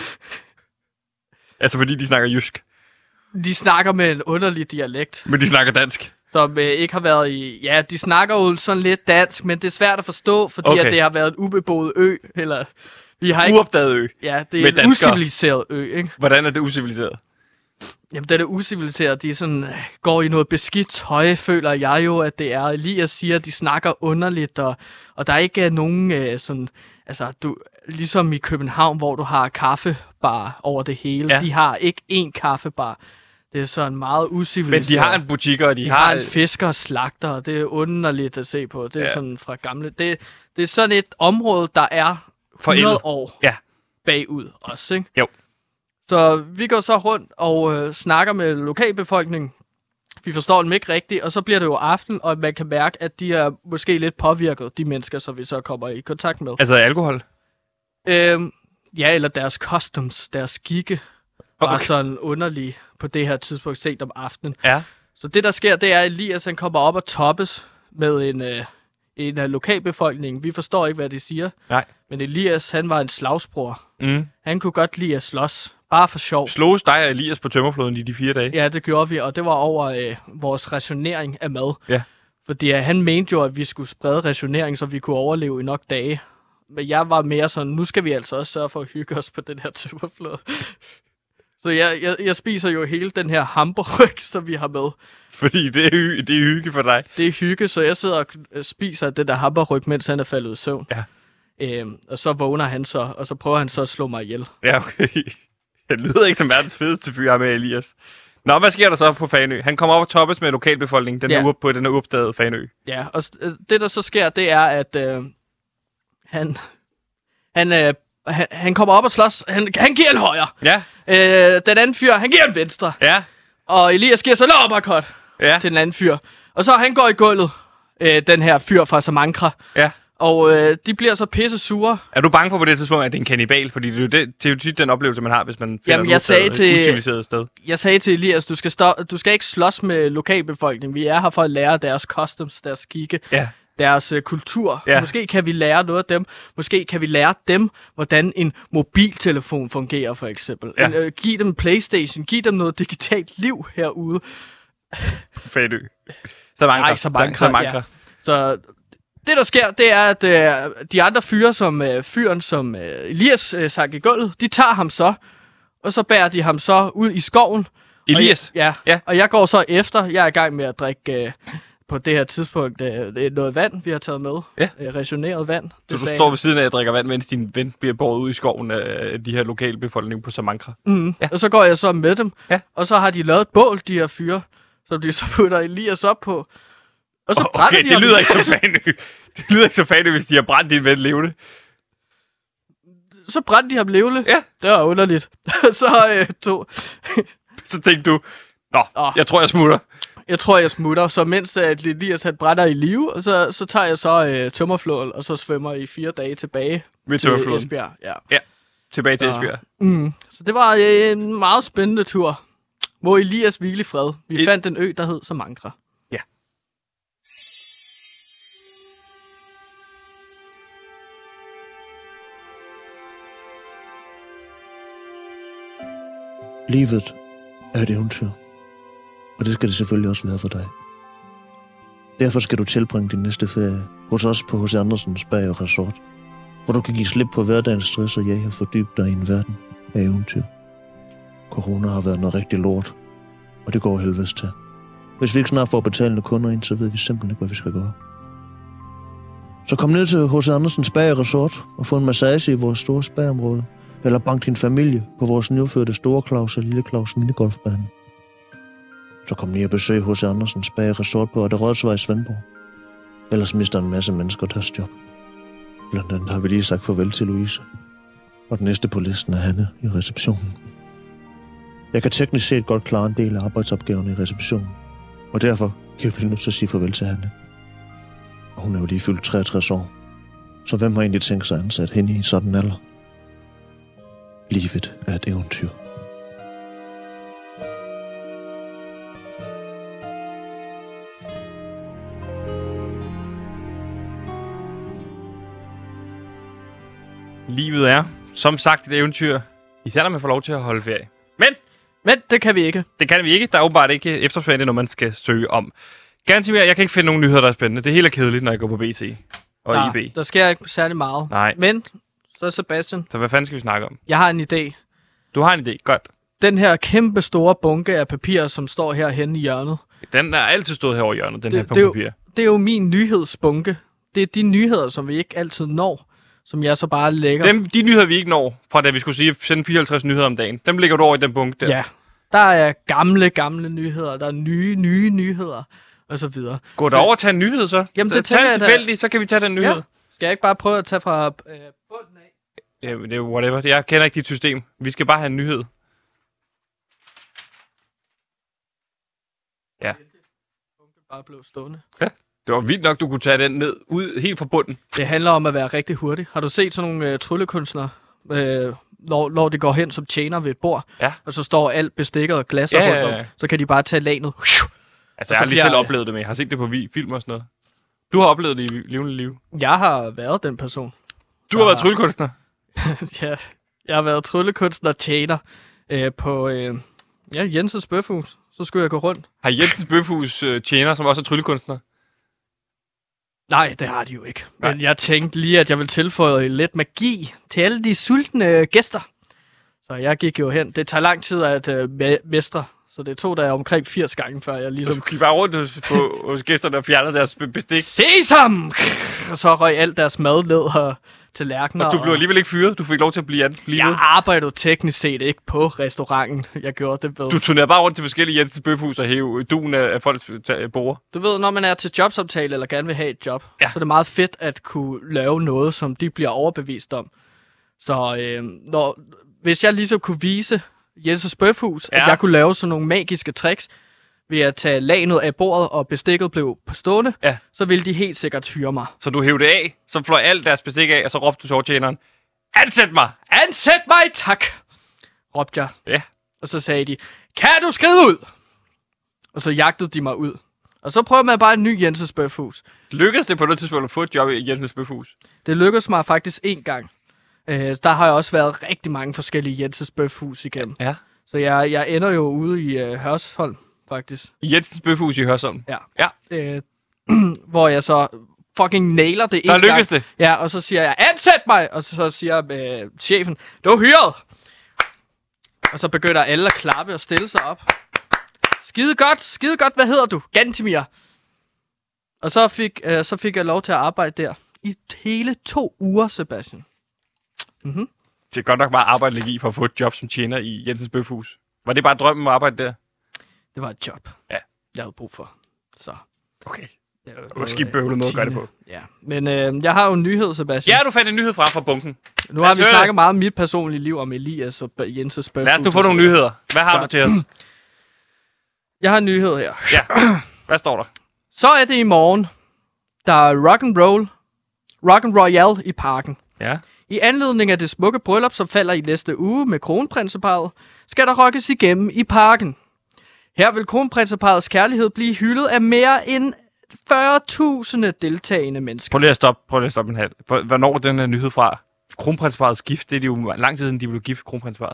Altså fordi de snakker jysk? De snakker med en underlig dialekt. Men de snakker dansk? Som ikke har været i... Ja, de snakker jo sådan lidt dansk, men det er svært at forstå, fordi at det har været en ubeboet ø, eller... Vi har ikke... Uopdaget ø? Ja, det er en uciviliseret ø, ikke? Hvordan er det uciviliseret? Jamen, det er uciviliseret. De sådan, går i noget beskidt tøj, føler jeg jo, at det er. Elias siger, at de snakker underligt, og der ikke er nogen sådan... Altså, ligesom i København, hvor du har kaffebar over det hele. Ja. De har ikke én kaffebar. Det er sådan meget uciviliseret. Men de har en butik, og de har en fisker og slagter, og det er underligt at se på. Det er sådan fra gamle... Det er sådan et område, der er 100 år bagud også, ikke? Jo. Så vi går så rundt og snakker med lokalbefolkningen. Vi forstår dem ikke rigtigt, og så bliver det jo aften, og man kan mærke, at de er måske lidt påvirket, de mennesker, som vi så kommer i kontakt med. Altså alkohol? Ja, eller deres customs, deres skikke, var sådan underlige på det her tidspunkt sent om aftenen. Ja. Så det, der sker, det er, at Elias han kommer op og toppes med en af lokalbefolkningen. Vi forstår ikke, hvad de siger. Nej. Men Elias, han var en slagsbror. Han kunne godt lide at slås. Bare for sjov. Slås dig og Elias på tømmerfloden i de 4 dage? Ja, det gjorde vi, og det var over vores rationering af mad. Ja. Fordi han mente jo, at vi skulle sprede rationering, så vi kunne overleve i nok dage. Men jeg var mere sådan, nu skal vi altså også sørge for at hygge os på den her tømmerflod. Så jeg spiser jo hele den her hamburg, som vi har med. Fordi det er hygge for dig? Det er hygge, så jeg sidder og spiser den der hamburg, mens han er faldet i søvn. Ja. Og så vågner han så, og så prøver han så at slå mig ihjel. Ja, okay. Det lyder ikke som verdens fedeste fyr med Elias. Nå, hvad sker der så på Fanø? Han kommer op og toppes med lokalbefolkningen, den er uopdaget Fanø. Ja, og det der så sker, det er, at han kommer op og slås. Han giver en højre. Ja. Den anden fyr, han giver en venstre. Ja. Og Elias giver så en uppercut til den anden fyr. Og så han går i gulvet, den her fyr fra Samankra. Ja. Og de bliver så pisse sure. Er du bange for på det tidspunkt, at det er en kannibal? Fordi det er jo tit den oplevelse, man har, hvis man finder et uciviliseret sted. Jeg sagde til Elias, du skal ikke slås med lokalbefolkningen. Vi er her for at lære deres customs, deres skikke, deres kultur. Ja. Måske kan vi lære noget af dem. Måske kan vi lære dem, hvordan en mobiltelefon fungerer, for eksempel. Ja. Giv dem PlayStation. Giv dem noget digitalt liv herude. Fanø. Samankra. Ja. Så... Det, der sker, det er, at de andre fyre, som Elias sank i gulvet, de tager ham så, og så bærer de ham så ud i skoven. Elias? Ja, og jeg går så efter. Jeg er i gang med at drikke på det her tidspunkt noget vand, vi har taget med. Ja. Rationeret vand. Så du står ved siden af at drikke vand, mens din ven bliver båret ud i skoven af de her lokalbefolkninger på Samankra. Ja. Og så går jeg så med dem, og så har de lavet et bål, de her fyre, som de så putter Elias op på. Og så okay, det lyder ikke så Fanø. Det lyder ikke så Fanø, hvis de har brændt din ven levende. Så brændte de ham levende? Ja. Det var underligt. Så tænkte du, jeg tror, jeg smutter. Jeg tror, jeg smutter. Så mens Elias han brænder i live, så tager jeg så tømmerfloden, og så svømmer i 4 dage tilbage til Esbjerg. Ja, tilbage til Esbjerg. Så det var en meget spændende tur. Må Elias hvile i fred. Vi fandt en ø, der hed Samankra. Ja. Livet er et eventyr, og det skal det selvfølgelig også være for dig. Derfor skal du tilbringe din næste ferie hos os på H.C. Andersens Bag og Resort, hvor du kan give slip på hverdagens stress og jag og fordybe dig i en verden af eventyr. Corona har været noget rigtig lort, og det går helvedes til. Hvis vi ikke snart får betalende kunder ind, så ved vi simpelthen ikke, hvad vi skal gøre. Så kom ned til H.C. Andersens Bag og Resort og få en massage i vores store spagområde, eller bank din familie på vores nyfødte Store Claus og Lille Claus minigolfbane. Så kom lige og besøg H.C. Andersens Bag og Resort på Rådsvej i Svendborg. Ellers mister en masse mennesker deres job. Blandt andet har vi lige sagt farvel til Louise. Og den næste på listen er Hanne i receptionen. Jeg kan teknisk set godt klare en del af arbejdsopgaverne i receptionen. Og derfor kan jeg blive nødt til at sige farvel til Hanne. Og hun er jo lige fyldt 63 år. Så hvem har egentlig tænkt sig at ansætte hende i sådan en alder? Livet er et eventyr. Livet er, som sagt, et eventyr. Især når man får lov til at holde ferie. Men det kan vi ikke. Det kan vi ikke. Der er åbenbart ikke efterfølgende, når man skal søge om. Gantimir, jeg kan ikke finde nogen nyheder, der er spændende. Det hele er kedeligt, når jeg går på BT og IB. Der sker ikke særlig meget. Nej. Men, så Sebastian. Så hvad fanden skal vi snakke om? Jeg har en idé. Du har en idé. Godt. Den her kæmpe store bunke af papir, som står herhenne i hjørnet. Den er altid stået herovre i hjørnet, den her papir. Det er jo min nyhedsbunke. Det er de nyheder, som vi ikke altid når, som jeg så bare lægger. De nyheder, vi ikke når, fra da vi skulle sende 54 nyheder om dagen, dem lægger du over i den bunke der. Ja. Der er gamle nyheder, der er nye nyheder, og så videre. Gå derover og tage en nyhed, så. Jamen, så det tag en tilfældig, så kan vi tage den nyhed. Ja. Skal jeg ikke bare prøve at tage fra bunden af? Ja, det er whatever. Jeg kender ikke dit system. Vi skal bare have en nyhed. Ja. Bare blev stående. Ja. Det var vildt nok, du kunne tage den ned, ud helt fra bunden. Det handler om at være rigtig hurtig. Har du set sådan nogle tryllekunstnere, når det går hen som tjener ved et bord, og så står alt bestikket og glas rundt om, så kan de bare tage lanet. Altså, jeg har lige selv oplevet det med. Jeg har set det på film og sådan noget. Du har oplevet det i levende liv. Jeg har været den person. Du har været tryllekunstner? Ja, jeg har været tryllekunstner tjener på Jensens Bøfhus. Så skulle jeg gå rundt. Har Jensens Bøfhus tjener, som også er tryllekunstner? Nej, det har de jo ikke. Nej. Men jeg tænkte lige, at jeg ville tilføje lidt magi til alle de sultne gæster. Så jeg gik jo hen. Det tager lang tid at mestre. Så det tog der omkring 80 gange, før jeg ligesom... Du gik bare rundt hos gæsterne og fjernede deres bestik. Sesam! Og så røg alt deres mad ned til lærkener. Og du blev alligevel ikke fyret? Du fik lov til at blive ved? Jeg arbejdede teknisk set ikke på restauranten. Jeg gjorde det ved. Du turnerede bare rundt til forskellige Jensens Bøfhus og hæve duen af folks bord. Du ved, når man er til jobsamtale eller gerne vil have et job, så er det meget fedt at kunne lave noget, som de bliver overbevist om. Så hvis jeg ligesom kunne vise Jensens Bøfhus, at jeg kunne lave sådan nogle magiske tricks ved at tage lagenet af bordet, og bestikket blev på stående, så ville de helt sikkert hyre mig. Så du hævde af, så fløj alt deres bestik af, og så råbte du til overtjeneren, ansæt mig! Ansæt mig, tak! Råbte jeg. Ja. Og så sagde de, kan du skride ud? Og så jagtede de mig ud. Og så prøvede man bare en ny Jensens Bøfhus. Lykkedes det på noget tidspunkt at få et job i Jensens Bøfhus? Det lykkedes mig faktisk én gang. Der har jeg også været rigtig mange forskellige Jensens Bøfhus igennem. Ja. Så jeg ender jo ude i Hørsholm, faktisk. I Jensens Bøfhus i Hørsholm? Ja. Hvor jeg så fucking nailer det der lykkes det? Ja, og så siger jeg, ansæt mig! Og så siger chefen, du er hyret! Og så begynder alle at klappe og stille sig op. Skide godt, hvad hedder du? Gantimir. Og så fik jeg lov til at arbejde der i hele 2 uger, Sebastian. Mhm. Det er godt nok meget arbejde lægge i for at få et job som tjener i Jensens Bøfhus. Var det bare drømmen at arbejde der? Det var et job, jeg havde brug for. Så. Okay. Det var skidt bøvlet måde at gøre det på. Ja, men jeg har jo en nyhed, Sebastian. Ja, du fandt en nyhed fra bunken. Nu har vi snakket meget om mit personlige liv, om Elias og Jensens Bøfhus. Lad os nu få nogle nyheder. Hvad har du til os? Jeg har en nyhed her. Ja, hvad står der? Så er det i morgen. Der er Rock and Royale i parken. Ja. I anledning af det smukke bryllup, som falder i næste uge med kronprinseparret, skal der rockes igennem i parken. Her vil kronprinseparrets kærlighed blive hyldet af mere end 40.000 deltagende mennesker. Prøv lige at stoppe en halv. Hvornår er den her nyhed fra? Kronprinsparrets gift, det er jo lang tid siden, de blev gift, kronprinsparret.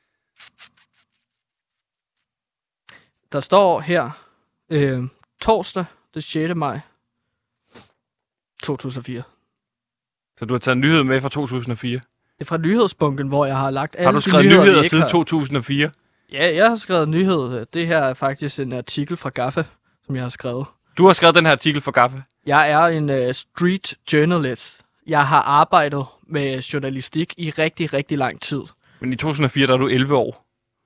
Der står her, torsdag, det 6. maj 2004. Så du har taget en nyhed med fra 2004? Det er fra nyhedsbunken, hvor jeg har lagt alle har du skrevet nyheder siden 2004? Ja, jeg har skrevet nyhed. Det her er faktisk en artikel fra Gaffe, som jeg har skrevet. Du har skrevet den her artikel for Gaffe? Jeg er en street journalist. Jeg har arbejdet med journalistik i rigtig, rigtig lang tid. Men i 2004, der er du 11 år.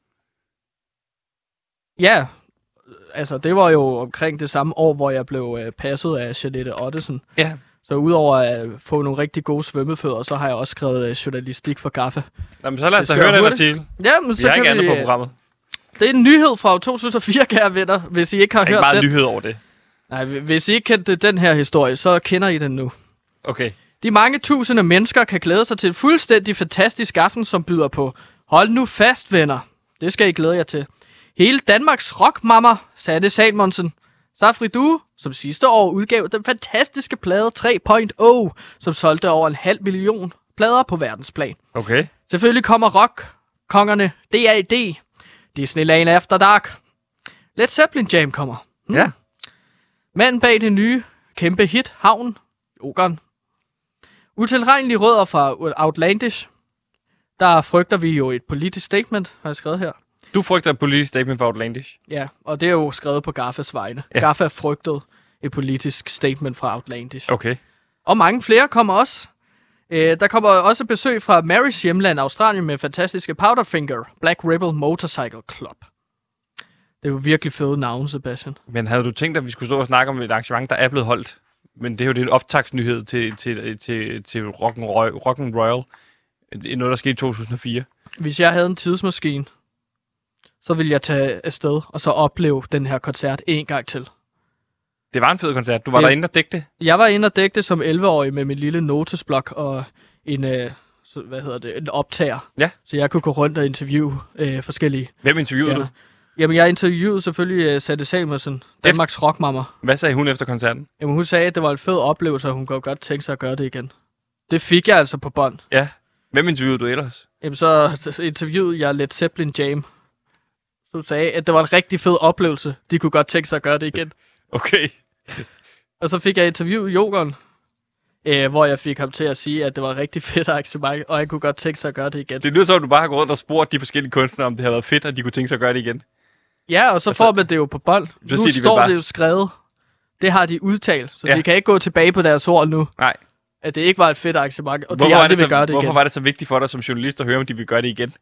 Ja, altså det var jo omkring det samme år, hvor jeg blev passet af Jeanette Ottesen. Ja. Så udover at få nogle rigtig gode svømmefødder, så har jeg også skrevet journalistik for Gaffe. Jamen, så lad os da høre den artikel. Ja, men så vi har ikke kan andet på programmet. Det er en nyhed fra 2004, kære venner, hvis I ikke har hørt den. Der er ikke meget nyhed over det. Nej, hvis I ikke kendte den her historie, så kender I den nu. Okay. De mange tusinde mennesker kan glæde sig til en fuldstændig fantastisk aften, som byder på hold nu fast, venner. Det skal I glæde jer til. Hele Danmarks rockmammer, Sanne Salmonsen, Safri Due, som sidste år udgav den fantastiske plade 3.0, som solgte over 500.000 plader på verdensplan. Okay. Selvfølgelig kommer rock-kongerne D.A.D., Disneyland After Dark. Led Zeppelin Jam kommer. Ja. Manden bag det nye kæmpe hit, Havn, Jokeren. Utilregnelige rødder fra Outlandish. Der frygter vi jo et politisk statement, har jeg skrevet her. Du frygter et politisk statement fra Outlandish? Ja, og det er jo skrevet på Gaffes vegne. Ja. Gaffe har frygtet et politisk statement fra Outlandish. Okay. Og mange flere kommer også. Der kommer også besøg fra Marys hjemland, Australien, med fantastiske Powderfinger, Black Rebel Motorcycle Club. Det er jo virkelig fede navne, Sebastian. Men havde du tænkt, at vi skulle stå og snakke om et arrangement, der er blevet holdt? Men det er jo en optagsnyhed til Rock'n'Royal. Det er noget, der skete i 2004. Hvis jeg havde en tidsmaskine, så ville jeg tage afsted og så opleve den her koncert en gang til. Det var en fed koncert. Du var derinde og dække det? Jeg var inde og dække det som 11-årig med min lille notesblok og en, en optager. Ja. Så jeg kunne gå rundt og interviewe forskellige. Hvem interviewede du? Jamen, jeg interviewede selvfølgelig Sanne Salmonsen, Danmarks rockmammer. Hvad sagde hun efter koncerten? Jamen, hun sagde, at det var en fed oplevelse, og hun kunne godt tænke sig at gøre det igen. Det fik jeg altså på bånd. Ja. Hvem interviewede du ellers? Jamen, så interviewede jeg Led Zeppelin Jam. Så sagde, at det var en rigtig fed oplevelse. De kunne godt tænke sig at gøre det igen. Okay. Og så fik jeg interviewet Jokeren, hvor jeg fik ham til at sige, at det var et rigtig fedt arrangement, og jeg kunne godt tænke sig at gøre det igen. Det lyder så, at du bare har gået rundt og spurgt de forskellige kunstnere, om det havde været fedt, og de kunne tænke sig at gøre det igen. Ja, og så får man det jo på bånd. Nu står det jo skrevet. Det har de udtalt, så de kan ikke gå tilbage på deres ord nu. Nej. At det ikke var et fedt arrangement, og de aldrig vil gøre det igen. Hvorfor var det så vigtigt for dig som journalist at høre, om de vil gøre det igen?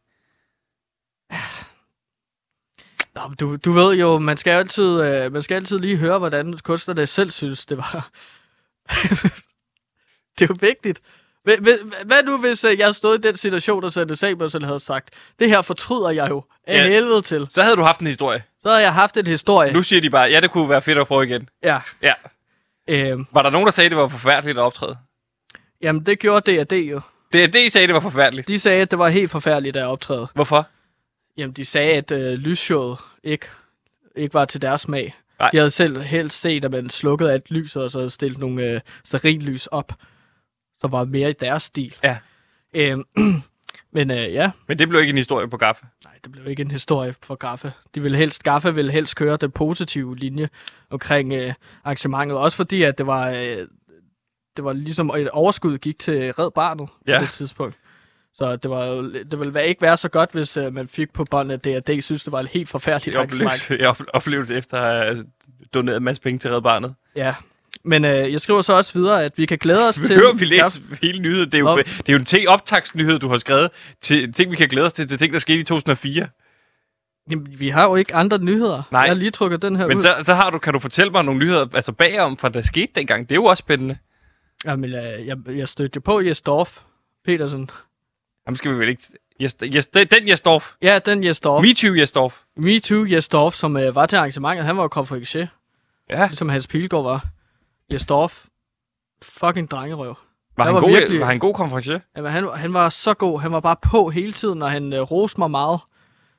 Nå, du ved jo, man skal altid lige høre, hvordan kunstnerne selv synes, det var. Det er jo vigtigt. Hvad nu, hvis jeg stod i den situation, og Sanne Salmonsen havde sagt, det her fortryder jeg jo af helvede til. Så havde du haft en historie. Så havde jeg haft en historie. Nu siger de bare, ja, det kunne være fedt at prøve igen. Ja. Var der nogen, der sagde, det var forfærdeligt at optræde? Jamen, det gjorde D&D jo. D&D sagde, det var forfærdeligt? De sagde, at det var helt forfærdeligt at optræde. Hvorfor? Jamen, de sagde, at lysshowet ikke var til deres smag. Nej. De havde selv helst set, at man slukkede alt lys, og så havde stillet nogle stearinlys op, som var mere i deres stil. Ja. Men ja. Men det blev ikke en historie på Gaffe? Nej, det blev ikke en historie for Gaffe. Gaffe ville helst køre den positive linje omkring arrangementet. Også fordi, at det var ligesom et overskud gik til Red Barnet på det tidspunkt. Så det ville ikke være så godt, hvis man fik på bånd, at D&D synes, det var et helt forfærdeligt arrangement. Oplevelse efter at have doneret en masse penge til Red Barnet. Ja, men jeg skriver så også videre, at vi kan glæde os til... Vi læser hele nyheden. Det er jo en optagsnyhed, du har skrevet til ting, vi kan glæde os til ting, der skete i 2004. Jamen, vi har jo ikke andre nyheder. Nej. Jeg har lige trukket den her ud. Men så kan du fortælle mig nogle nyheder altså bagom, fra der skete dengang. Det er jo også spændende. Jamen, jeg stødte jo på Jesdorf Petersen. Jamen skal vi vel ikke... Den Jesdorf? Ja, den Jesdorf. MeToo Jesdorf? MeToo Jesdorf, som var til arrangementet. Han var jo konferencier. Ja. Ligesom Hans Pilgaard var. Jesdorf. Fucking drengerøv. Var han god konferencier? Jamen, han var så god. Han var bare på hele tiden, og han roste mig meget.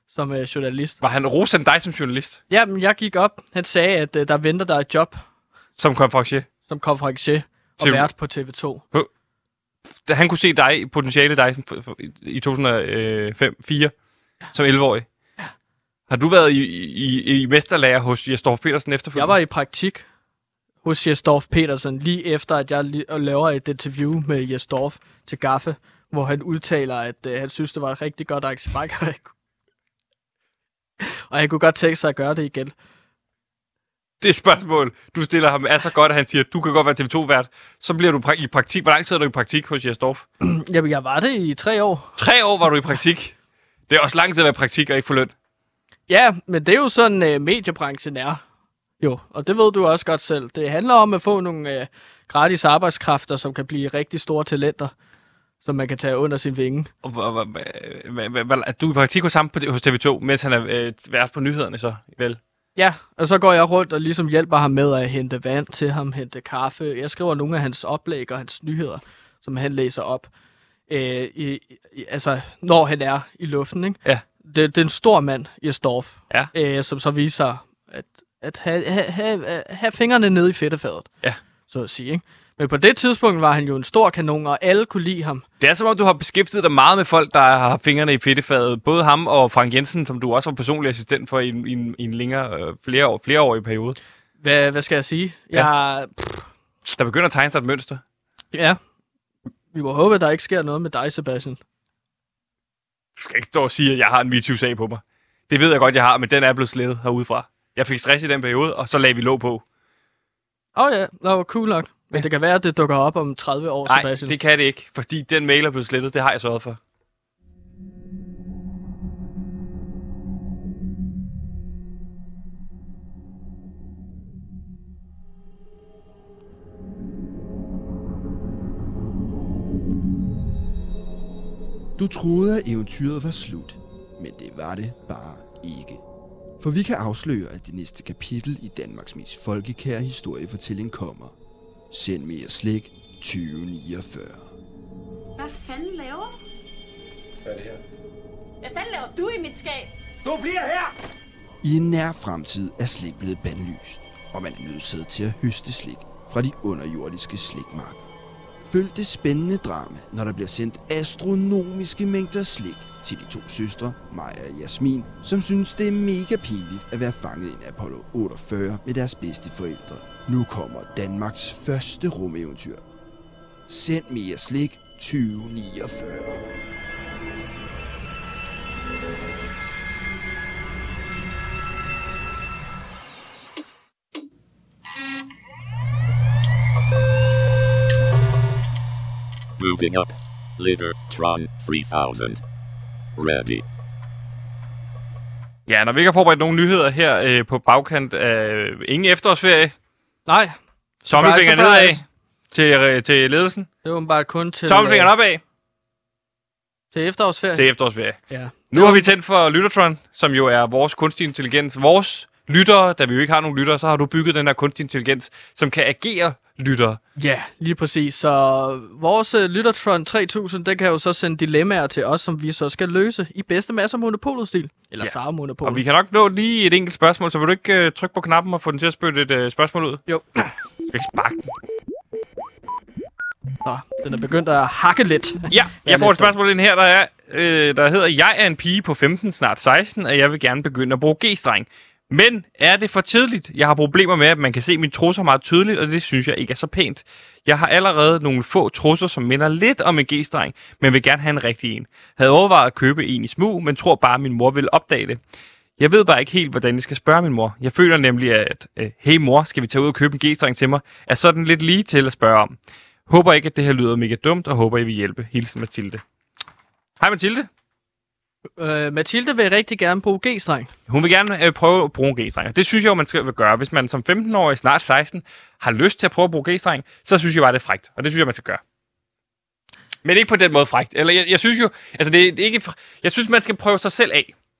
som journalist. Var han rosen dig som journalist? Jamen, jeg gik op. Han sagde, at der venter der et job. Som konferencier? Som konferencier og vært på TV2. Da han kunne se dig, potentiale dig i 2005-2004 som 11-årig. Ja. Har du været i mesterlærer hos Jesdorf Petersen efterfølgende? Jeg var i praktik hos Jesdorf Petersen, lige efter, at jeg laver et interview med Jesdorf til Gaffe, hvor han udtaler, at han synes, det var et rigtig godt arrangement, og han kunne godt tænke sig at gøre det igen. Det spørgsmål, du stiller ham, er så godt, at han siger, at du kan godt være TV2-vært. Så bliver du i praktik. Hvor lang tid er du i praktik hos Jesdorf? Jamen, jeg var det i 3 år. 3 år var du i praktik? Det er også lang tid at være i praktik og ikke få løn. Ja, men det er jo sådan, mediebranchen er. Jo, og det ved du også godt selv. Det handler om at få nogle gratis arbejdskræfter, som kan blive rigtig store talenter, som man kan tage under sin vinge. Er du i praktik hos TV2, mens han er vært på nyhederne så, vel? Ja, og så går jeg rundt og ligesom hjælper ham med at hente vand til ham, hente kaffe. Jeg skriver nogle af hans oplæg og hans nyheder, som han læser op, altså når han er i luften, ikke? Ja. Det er en stor mand, Jesdorf, ja. Som så viser at have fingrene nede i fedtefadet, ja. Så at sige, ikke? Men på det tidspunkt var han jo en stor kanon, og alle kunne lide ham. Det er som om, du har beskæftiget dig meget med folk, der har fingrene i fedtefadet. Både ham og Frank Jensen, som du også var personlig assistent for i en længere, flereårig periode. Hvad skal jeg sige? Ja. Der begynder at tegne sig et mønster. Ja. Vi må håbe, at der ikke sker noget med dig, Sebastian. Du skal ikke stå og sige, at jeg har en MeToo-sag på mig. Det ved jeg godt, jeg har, men den er blevet slettet herudefra. Jeg fik stress i den periode, og så lagde vi låg på. Ja, det var cool nok. Men det kan være, at det dukker op om 30 år, Sebastian. Nej, det kan det ikke, fordi den mail er blevet slettet. Det har jeg sørget for. Du troede, at eventyret var slut, men det var det bare ikke. For vi kan afsløre, at det næste kapitel i Danmarks mest folkekære historiefortælling kommer. Send mere slik 2049. Hvad fanden laver du? Hvad er det her? Hvad fanden laver du i mit skab? Du bliver her! I en nær fremtid er slik blevet bandlyst, og man er nødsaget til at høste slik fra de underjordiske slikmarker. Følg det spændende drama, når der bliver sendt astronomiske mængder slik til de 2 søstre, Maja og Jasmin, som synes, det er mega pinligt at være fanget i Apollo 48 med deres bedste forældre. Nu kommer Danmarks første rumeventyr. Send mere slik 2049. Moving up. Litter-tron 3000. Ready. Ja, når vi ikke har forberedt nogle nyheder her på bagkant af ingen efterårsferie. Nej. Tommelfingeren nedad til ledelsen. Det var bare kun til... Tommelfingeren opad. Til efterårsferie. Til efterårsferie. Ja. Nu har vi tændt for Lyttertron, som jo er vores kunstig intelligens. Vores lyttere, da vi jo ikke har nogen lyttere, så har du bygget den her kunstig intelligens, som kan agere lyttere. Ja, lige præcis. Så vores Lyttertron 3000, den kan jo så sende dilemmaer til os, som vi så skal løse i bedste masser Monopolet-stil. Eller Sara Monopolet. Og vi kan nok nå lige et enkelt spørgsmål, så vil du ikke trykke på knappen og få den til at spytte et spørgsmål ud? Jo. Skal ikke sparke den? Nå, den er begyndt at hakke lidt. Ja, jeg får et spørgsmål ind her, der hedder, jeg er en pige på 15, snart 16, og jeg vil gerne begynde at bruge G-streng. Men er det for tidligt? Jeg har problemer med, at man kan se mine trusser meget tydeligt, og det synes jeg ikke er så pænt. Jeg har allerede nogle få trusser, som minder lidt om en G-streng, men vil gerne have en rigtig en. Havde overvejet at købe en i smug, men tror bare, at min mor vil opdage det. Jeg ved bare ikke helt, hvordan jeg skal spørge min mor. Jeg føler nemlig, at hey mor, skal vi tage ud og købe en G-streng til mig? Er sådan lidt lige til at spørge om. Håber ikke, at det her lyder mega dumt, og håber, I vil hjælpe. Hilsen Mathilde. Hej Mathilde. Mathilde vil rigtig gerne bruge G-streng. Hun vil gerne prøve at bruge G-streng. Det synes jeg jo, man skal gøre. Hvis man som 15-årig, snart 16, har lyst til at prøve at bruge G-streng, så synes jeg bare, det er frækt. Og det synes jeg, man skal gøre. Men ikke på den måde frækt. Eller jeg synes jo, altså det er ikke, jeg synes, man skal prøve sig selv af.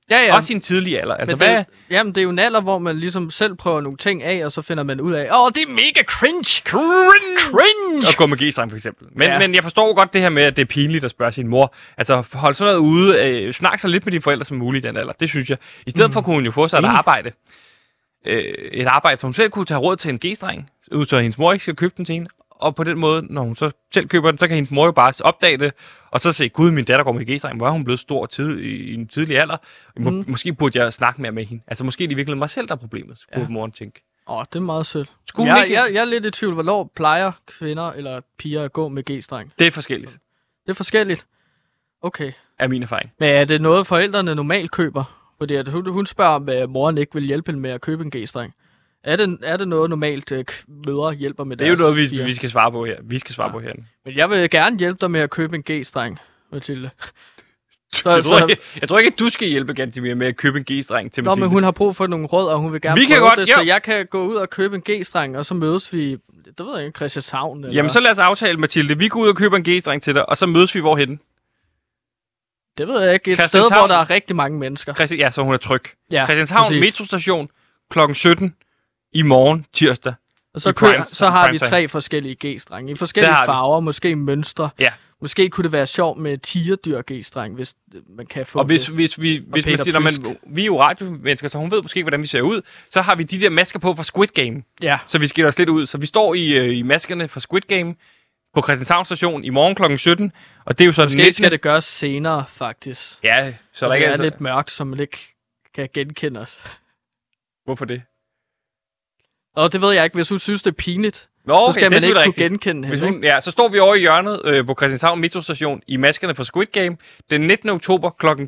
Ja. Også sin tidlige alder. Altså, Jamen, det er jo en alder, hvor man ligesom selv prøver nogle ting af, og så finder man ud af, det er mega cringe! Cringe! At gå med G-streng, for eksempel. Men jeg forstår godt det her med, at det er pinligt at spørge sin mor. Altså, hold sådan noget ude. Snak så lidt med dine forældre som muligt i den alder. Det synes jeg. I stedet for kunne hun jo få sig et arbejde. Et arbejde, så hun selv kunne tage råd til en G-streng, ud så hendes mor ikke skal købe den til hende. Og på den måde, når hun så selv køber den, så kan hendes mor jo bare opdage det, og så se, gud, min datter går med G-streng. Hvor er hun blevet stor i en tidlig alder? Måske burde jeg snakke mere med hende. Altså, måske er det virkelig mig selv, der er problemet, skulle moren tænke. Det er meget sødt. Jeg er lidt i tvivl, hvornår plejer kvinder eller piger at gå med G-streng? Det er forskelligt. Det er forskelligt? Okay. Er min erfaring. Men er det noget, forældrene normalt køber? Fordi at hun spørger, om moren ikke vil hjælpe hende med at købe en G-streng. Er det noget normalt mødre hjælper med deres? Det er jo noget, vi skal svare på her. Vi skal svare på her. Men jeg vil gerne hjælpe dig med at købe en G-streng, Mathilde. Jeg tror ikke, at du skal hjælpe Gantimir med at købe en G-streng til Mathilde. Men hun har brug for nogle råd, og hun vil gerne prøve det, så jeg kan gå ud og købe en G-streng, og så mødes vi, det ved jeg ikke, Christianshavn. Eller... Jamen, så lad os aftale, Mathilde. Vi går ud og køber en G-streng til dig, og så mødes vi hvorhenne? Det ved jeg ikke. Et sted, hvor der er rigtig mange mennesker. Ja, så hun er tryg. Ja, Christianshavn metrostation kl. 17 i morgen, tirsdag. Og så har vi 3 forskellige G-strenge i forskellige farver, måske mønstre. Ja. Måske kunne det være sjovt med tigerdyr G-streng, hvis man kan få og hvis man siger, vi er jo radiomennesker, så hun ved måske, hvordan vi ser ud, så har vi de der masker på fra Squid Game. Ja. Så vi skiller os lidt ud. Så vi står i maskerne fra Squid Game på Christianshavn station i morgen kl. 17. Og det er jo så måske skal det gøres senere, faktisk. Ja, så der ikke er lidt mørkt, så man ikke kan genkende os. Hvorfor det? Det ved jeg ikke. Hvis hun synes, det er pinligt, så skal man ikke kunne genkende hende. Så står vi over i hjørnet på Christianshavn metrostation i maskerne fra Squid Game den 19. oktober kl. 23.00.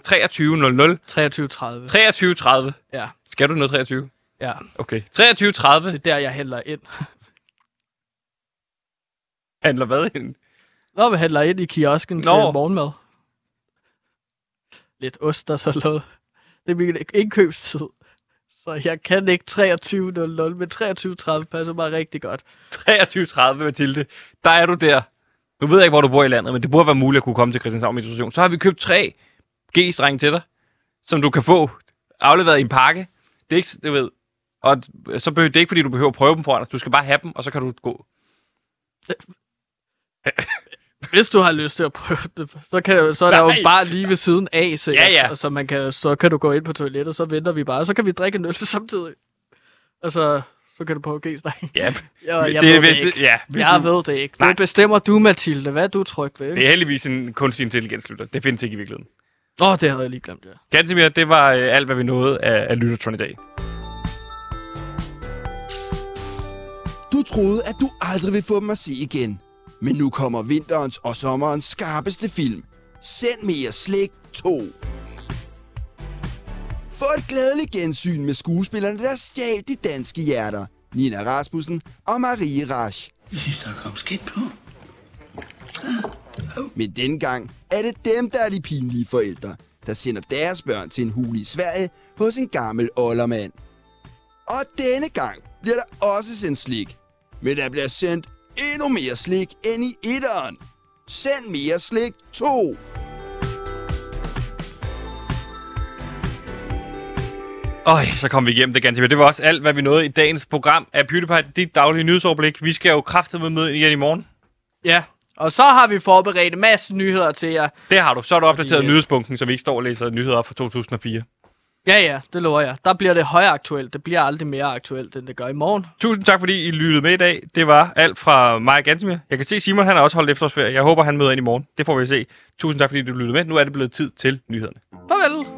23.30. Ja. Skal du noget 23? Ja. Okay. 23.30. Det er der, jeg hælder ind. Handler hvad ind? Vi hælder ind i kiosken til morgenmad. Lidt ost og sådan noget. Det er min indkøbstid. Så jeg kan ikke 23.00, men 23.30 passer mig rigtig godt. 23.30, Mathilde. Der er du der. Nu ved jeg ikke, hvor du bor i landet, men det burde være muligt at kunne komme til Christianshavn Metrostation. Så har vi købt 3 G-strenge til dig, som du kan få afleveret i en pakke. Det er ikke, du ved. Og så behøver det ikke, fordi du behøver at prøve dem foran os. Du skal bare have dem, og så kan du gå. Hvis du har lyst til at prøve det, så er der jo bare lige ved siden af, så kan du gå ind på toilettet, så venter vi bare, så kan vi drikke en øl samtidig. Altså, så kan du prøve G-streng. Ja, jeg ved det ikke. Jeg ved det ikke. Det bestemmer du, Mathilde. Hvad er du tryg ved? Det er heldigvis en kunstig intelligens, lytter. Det findes ikke i virkeligheden. Det havde jeg lige glemt, ja. Gantimir, det var alt, hvad vi nåede af Lyttertron i dag. Du troede, at du aldrig vil få dem at se igen. Men nu kommer vinterens og sommerens skarpeste film. Send mere slik 2. Få et glædeligt gensyn med skuespillerne, der stjal de danske hjerter. Nina Rasmussen og Marie Rasch. Jeg synes, der kom skidt på. Men dengang er det dem, der er de pinlige forældre, der sender deres børn til en hule i Sverige hos en gammel oldermand. Og denne gang bliver der også sendt slik. Men der bliver sendt endnu mere slik end i etteren. Send mere slik 2. Så kom vi igennem det, Gantimir. Det var også alt, hvad vi nåede i dagens program af PewDiePie, dit daglige nyhedsoverblik. Vi skal jo kraftedeme møde igen i morgen. Ja, og så har vi forberedt en masse nyheder til jer. Det har du. Så har du opdateret nyhedsbunken, så vi ikke står og læser nyheder op fra 2004. Ja, det lover jeg. Der bliver det højaktuelt. Det bliver aldrig mere aktuelt, end det gør i morgen. Tusind tak, fordi I lyttede med i dag. Det var alt fra mig og Gantimir. Jeg kan se, Simon han har også holdt efterårsferie. Jeg håber, han møder ind i morgen. Det får vi se. Tusind tak, fordi du lyttede med. Nu er det blevet tid til nyhederne. Farvel.